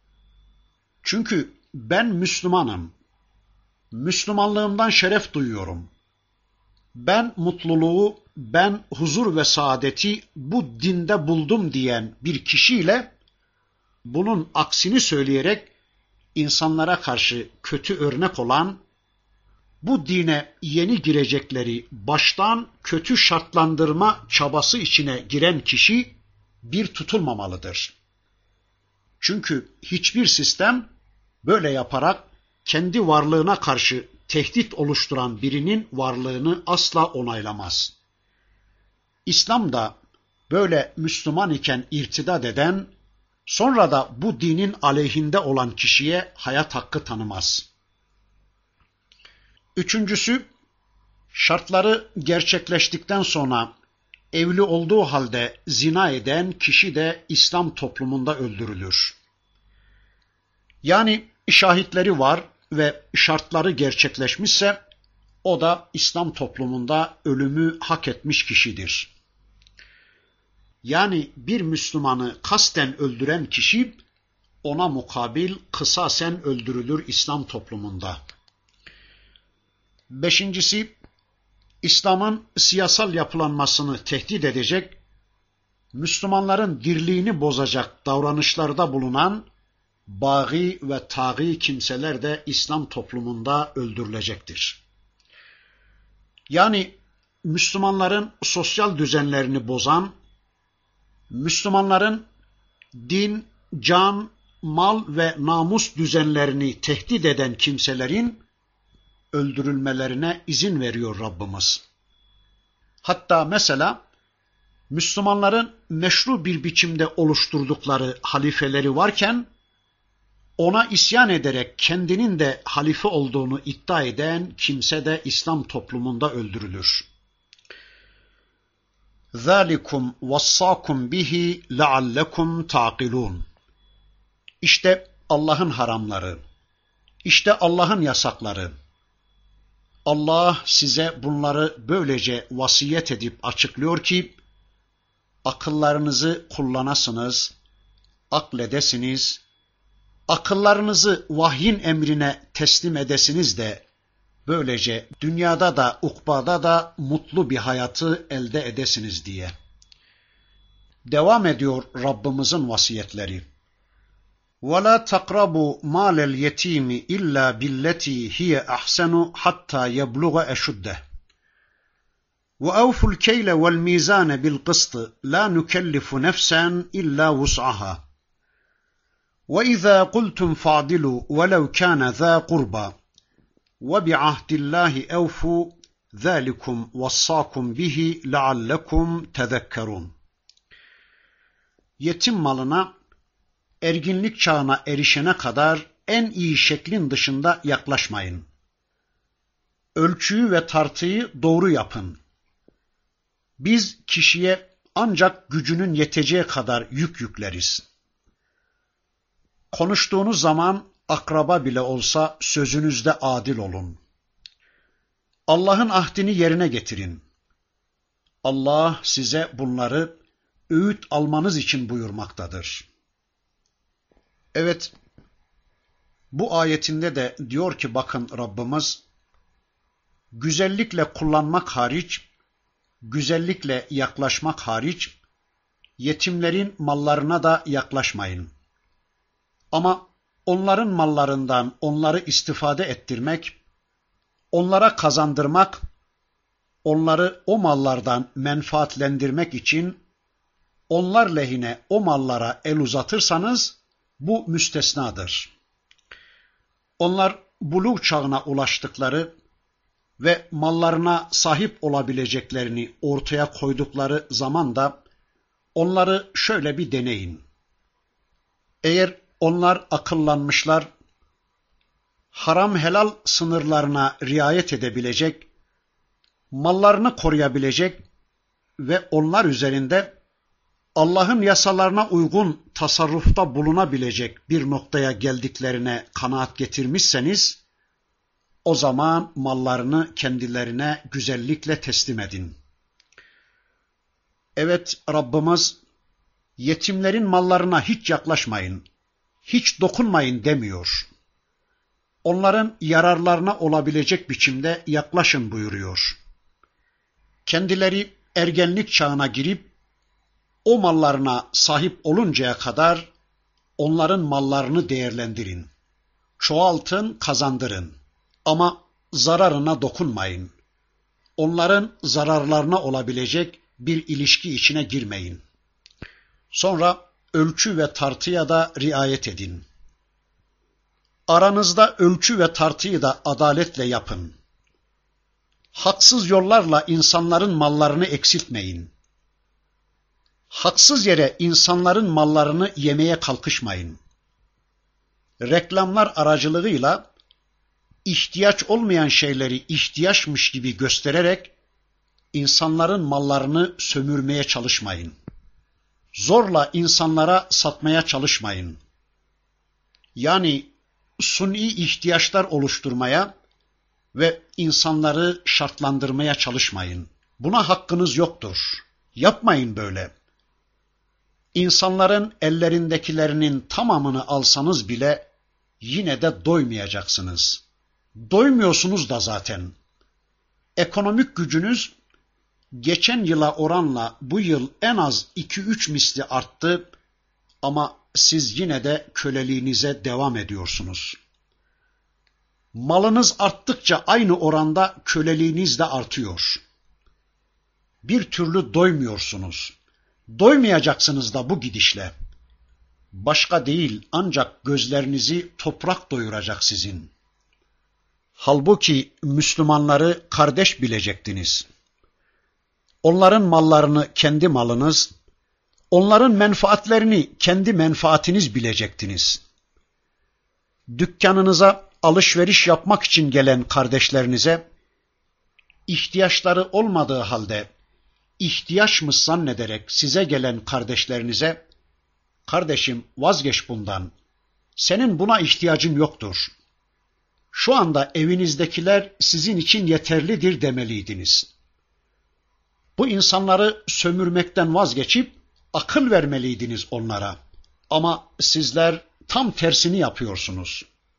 Çünkü ben Müslümanım, Müslümanlığımdan şeref duyuyorum. Ben mutluluğu, ben huzur ve saadeti bu dinde buldum diyen bir kişiyle bunun aksini söyleyerek insanlara karşı kötü örnek olan, bu dine yeni girecekleri baştan kötü şartlandırma çabası içine giren kişi bir tutulmamalıdır. Çünkü hiçbir sistem böyle yaparak kendi varlığına karşı tehdit oluşturan birinin varlığını asla onaylamaz. İslam da böyle Müslüman iken irtidat eden, sonra da bu dinin aleyhinde olan kişiye hayat hakkı tanımaz. Üçüncüsü, şartları gerçekleştikten sonra evli olduğu halde zina eden kişi de İslam toplumunda öldürülür. Yani şahitleri var ve şartları gerçekleşmişse o da İslam toplumunda ölümü hak etmiş kişidir. Yani bir Müslümanı kasten öldüren kişi ona mukabil kısasen öldürülür İslam toplumunda. Beşincisi, İslam'ın siyasal yapılanmasını tehdit edecek, Müslümanların dirliğini bozacak davranışlarda bulunan bâgî ve tâgî kimseler de İslam toplumunda öldürülecektir. Yani Müslümanların sosyal düzenlerini bozan, Müslümanların din, can, mal ve namus düzenlerini tehdit eden kimselerin öldürülmelerine izin veriyor Rabbimiz. Hatta mesela Müslümanların meşru bir biçimde oluşturdukları halifeleri varken ona isyan ederek kendinin de halife olduğunu iddia eden kimse de İslam toplumunda öldürülür. ذَٰلِكُمْ وَصَّاكُمْ بِهِ لَعَلَّكُمْ تَعْقِلُونَ. İşte Allah'ın haramları, işte Allah'ın yasakları. Allah size bunları böylece vasiyet edip açıklıyor ki, akıllarınızı kullanasınız, akledesiniz, akıllarınızı vahyin emrine teslim edesiniz de, böylece dünyada da ukbada da mutlu bir hayatı elde edesiniz diye. Devam ediyor Rabbimizin vasiyetleri. وَلَا تَقْرَبُوا مَالَ الْيَتِيمِ إِلَّا بِالَّتِي هِيَ أَحْسَنُ حَتَّى يَبْلُغَ أَشُدَّهُ وَأَوْفُوا الْكَيْلَ وَالْمِيزَانَ بِالْقِسْطِ لَا نُكَلِّفُ نَفْسًا إِلَّا وُسْعَهَا وَإِذَا قُلْتُمْ فَاعْدِلُوا وَلَوْ كَانَ ذَا قُرْبَى وَبِعَهْدِ اللّٰهِ أَوْفُوا ذَٰلِكُمْ وَصَّاكُمْ بِهِ لَعَلَّكُمْ تَذَكَّرُونَ. Yetim malına erginlik çağına erişene kadar en iyi şeklin dışında yaklaşmayın. Ölçüyü ve tartıyı doğru yapın. Biz kişiye ancak gücünün yeteceği kadar yük yükleriz. Konuştuğunuz zaman akraba bile olsa sözünüzde adil olun. Allah'ın ahdini yerine getirin. Allah size bunları öğüt almanız için buyurmaktadır. Evet, bu ayetinde de diyor ki bakın Rabbimiz, güzellikle kullanmak hariç, güzellikle yaklaşmak hariç, yetimlerin mallarına da yaklaşmayın. Ama onların mallarından onları istifade ettirmek, onlara kazandırmak, onları o mallardan menfaatlendirmek için onlar lehine o mallara el uzatırsanız bu müstesnadır. Onlar bulûg çağına ulaştıkları ve mallarına sahip olabileceklerini ortaya koydukları zaman da onları şöyle bir deneyin. Eğer onlar akıllanmışlar, haram helal sınırlarına riayet edebilecek, mallarını koruyabilecek ve onlar üzerinde Allah'ın yasalarına uygun tasarrufta bulunabilecek bir noktaya geldiklerine kanaat getirmişseniz, o zaman mallarını kendilerine güzellikle teslim edin. Evet, Rabbimiz yetimlerin mallarına hiç yaklaşmayın, hiç dokunmayın demiyor. Onların yararlarına olabilecek biçimde yaklaşın buyuruyor. Kendileri ergenlik çağına girip o mallarına sahip oluncaya kadar onların mallarını değerlendirin. Çoğaltın, kazandırın. Ama zararına dokunmayın. Onların zararlarına olabilecek bir ilişki içine girmeyin. Sonra ölçü ve tartıya da riayet edin. Aranızda ölçü ve tartıyı da adaletle yapın. Haksız yollarla insanların mallarını eksiltmeyin. Haksız yere insanların mallarını yemeye kalkışmayın. Reklamlar aracılığıyla ihtiyaç olmayan şeyleri ihtiyaçmış gibi göstererek insanların mallarını sömürmeye çalışmayın. Zorla insanlara satmaya çalışmayın. Yani suni ihtiyaçlar oluşturmaya ve insanları şartlandırmaya çalışmayın. Buna hakkınız yoktur. Yapmayın böyle. İnsanların ellerindekilerinin tamamını alsanız bile yine de doymayacaksınız. Doymuyorsunuz da zaten. Ekonomik gücünüz geçen yıla oranla bu yıl en az iki üç misli arttı ama siz yine de köleliğinize devam ediyorsunuz. Malınız arttıkça aynı oranda köleliğiniz de artıyor. Bir türlü doymuyorsunuz. Doymayacaksınız da bu gidişle. Başka değil, ancak gözlerinizi toprak doyuracak sizin. Halbuki Müslümanları kardeş bilecektiniz. Onların mallarını kendi malınız, onların menfaatlerini kendi menfaatiniz bilecektiniz. Dükkanınıza alışveriş yapmak için gelen kardeşlerinize, ihtiyaçları olmadığı halde ihtiyaçmış zannederek size gelen kardeşlerinize, kardeşim vazgeç bundan, senin buna ihtiyacın yoktur. Şu anda evinizdekiler sizin için yeterlidir demeliydiniz. Bu insanları sömürmekten vazgeçip akıl vermeliydiniz onlara. Ama sizler tam tersini yapıyorsunuz.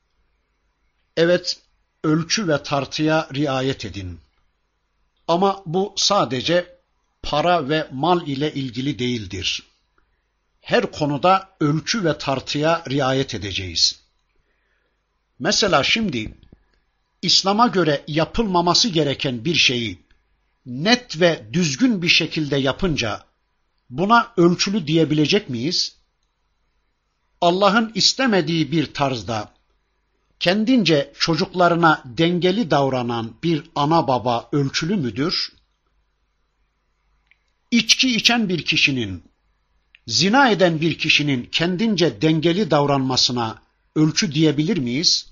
Evet, ölçü ve tartıya riayet edin. Ama bu sadece para ve mal ile ilgili değildir. Her konuda ölçü ve tartıya riayet edeceğiz. Mesela şimdi İslam'a göre yapılmaması gereken bir şeyi net ve düzgün bir şekilde yapınca buna ölçülü diyebilecek miyiz? Allah'ın istemediği bir tarzda kendince çocuklarına dengeli davranan bir ana baba ölçülü müdür? İçki içen bir kişinin, zina eden bir kişinin kendince dengeli davranmasına ölçü diyebilir miyiz?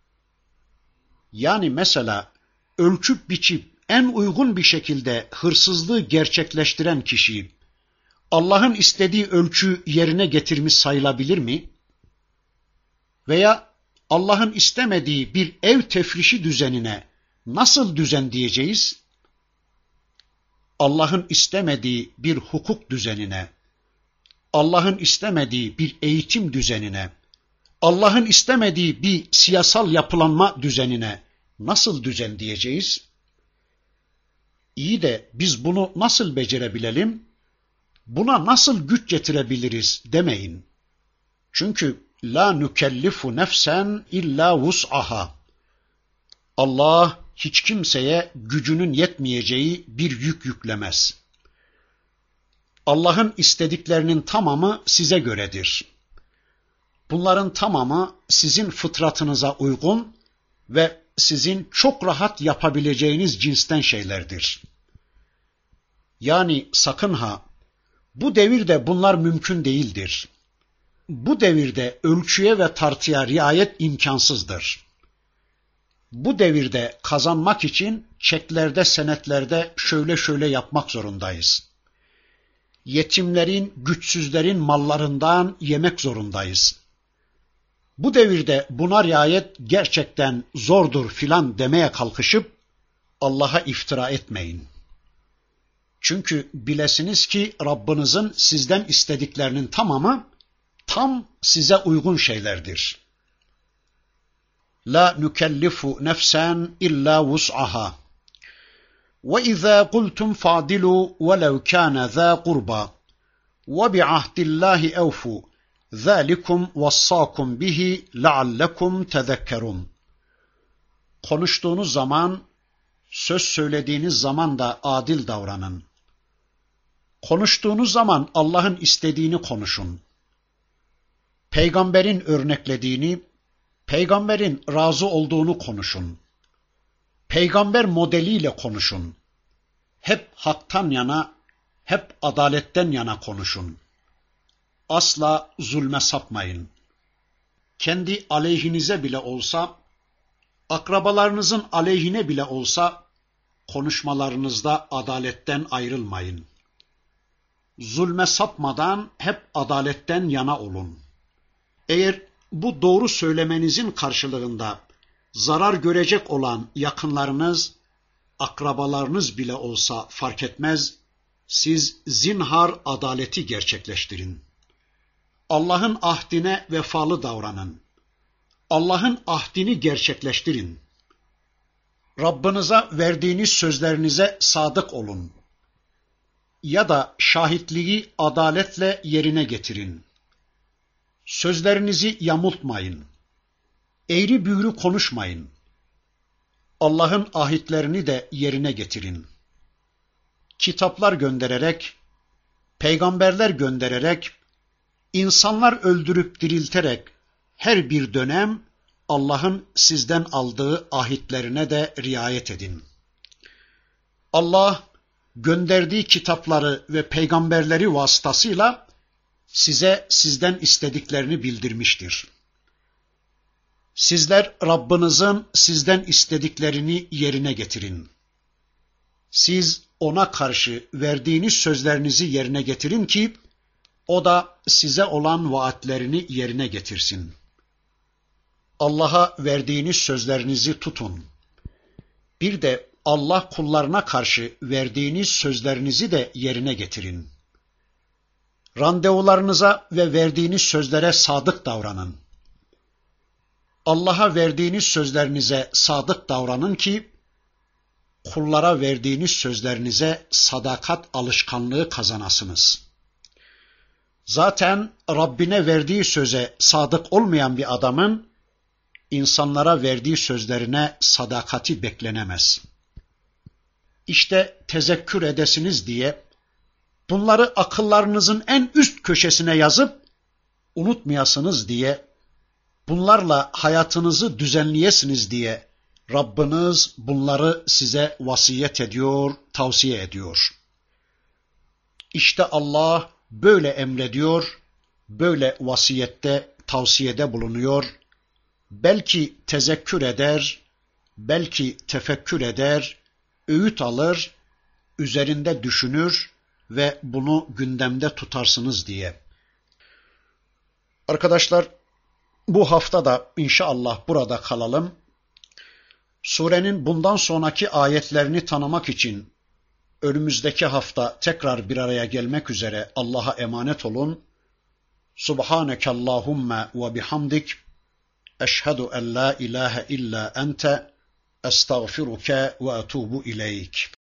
Yani mesela ölçüp biçip en uygun bir şekilde hırsızlığı gerçekleştiren kişi Allah'ın istediği ölçü yerine getirmiş sayılabilir mi? Veya Allah'ın istemediği bir ev tefrişi düzenine nasıl düzen diyeceğiz? Allah'ın istemediği bir hukuk düzenine, Allah'ın istemediği bir eğitim düzenine, Allah'ın istemediği bir siyasal yapılanma düzenine nasıl düzen diyeceğiz? İyi de biz bunu nasıl becerebilelim? Buna nasıl güç getirebiliriz demeyin. Çünkü la nükellifu nefsen illa vus'aha. Allah hiç kimseye gücünün yetmeyeceği bir yük yüklemez. Allah'ın istediklerinin tamamı size göredir. Bunların tamamı sizin fıtratınıza uygun ve sizin çok rahat yapabileceğiniz cinsten şeylerdir. Yani sakın ha, bu devirde bunlar mümkün değildir. Bu devirde ölçüye ve tartıya riayet imkansızdır. Bu devirde kazanmak için çeklerde, senetlerde şöyle şöyle yapmak zorundayız. Yetimlerin, güçsüzlerin mallarından yemek zorundayız. Bu devirde buna riayet gerçekten zordur filan demeye kalkışıp Allah'a iftira etmeyin. Çünkü bilesiniz ki Rabbinizin sizden istediklerinin tamamı tam size uygun şeylerdir. La nükellifu nefsen illa vus'aha. Ve izâ kultum fa'dilu velev kâne zâ kurba. Ve bi'ahdillahi evfu. ذَٰلِكُمْ وَصَّاكُمْ بِهِ لَعَلَّكُمْ تَذَكَّرُونَ. Konuştuğunuz zaman, söz söylediğiniz zaman da adil davranın. Konuştuğunuz zaman Allah'ın istediğini konuşun. Peygamberin örneklediğini, Peygamberin razı olduğunu konuşun. Peygamber modeliyle konuşun. Hep haktan yana, hep adaletten yana konuşun. Asla zulme sapmayın. Kendi aleyhinize bile olsa, akrabalarınızın aleyhine bile olsa, konuşmalarınızda adaletten ayrılmayın. Zulme sapmadan hep adaletten yana olun. Eğer bu doğru söylemenizin karşılığında zarar görecek olan yakınlarınız, akrabalarınız bile olsa fark etmez, siz zinhar adaleti gerçekleştirin. Allah'ın ahdine vefalı davranın. Allah'ın ahdini gerçekleştirin. Rabbinize verdiğiniz sözlerinize sadık olun. Ya da şahitliği adaletle yerine getirin. Sözlerinizi yamultmayın. Eğri büğrü konuşmayın. Allah'ın ahitlerini de yerine getirin. Kitaplar göndererek, peygamberler göndererek, insanlar öldürüp dirilterek her bir dönem Allah'ın sizden aldığı ahitlerine de riayet edin. Allah gönderdiği kitapları ve peygamberleri vasıtasıyla size sizden istediklerini bildirmiştir. Sizler Rabbinizin sizden istediklerini yerine getirin. Siz ona karşı verdiğiniz sözlerinizi yerine getirin ki o da size olan vaatlerini yerine getirsin. Allah'a verdiğiniz sözlerinizi tutun. Bir de Allah kullarına karşı verdiğiniz sözlerinizi de yerine getirin. Randevularınıza ve verdiğiniz sözlere sadık davranın. Allah'a verdiğiniz sözlerinize sadık davranın ki kullara verdiğiniz sözlerinize sadakat alışkanlığı kazanasınız. Zaten Rabbine verdiği söze sadık olmayan bir adamın insanlara verdiği sözlerine sadakati beklenemez. İşte tezekkür edesiniz diye bunları akıllarınızın en üst köşesine yazıp unutmayasınız diye, bunlarla hayatınızı düzenleyesiniz diye Rabbiniz bunları size vasiyet ediyor, tavsiye ediyor. İşte Allah böyle emrediyor, böyle vasiyette, tavsiyede bulunuyor. Belki tezekkür eder, belki tefekkür eder, öğüt alır, üzerinde düşünür ve bunu gündemde tutarsınız diye. Arkadaşlar, bu hafta da inşallah burada kalalım. Surenin bundan sonraki ayetlerini tanımak için önümüzdeki hafta tekrar bir araya gelmek üzere Allah'a emanet olun. Subhaneke Allahumma ve bihamdik. Eşhedü en la ilahe illa ente. Estağfiruke ve etubu ileyk.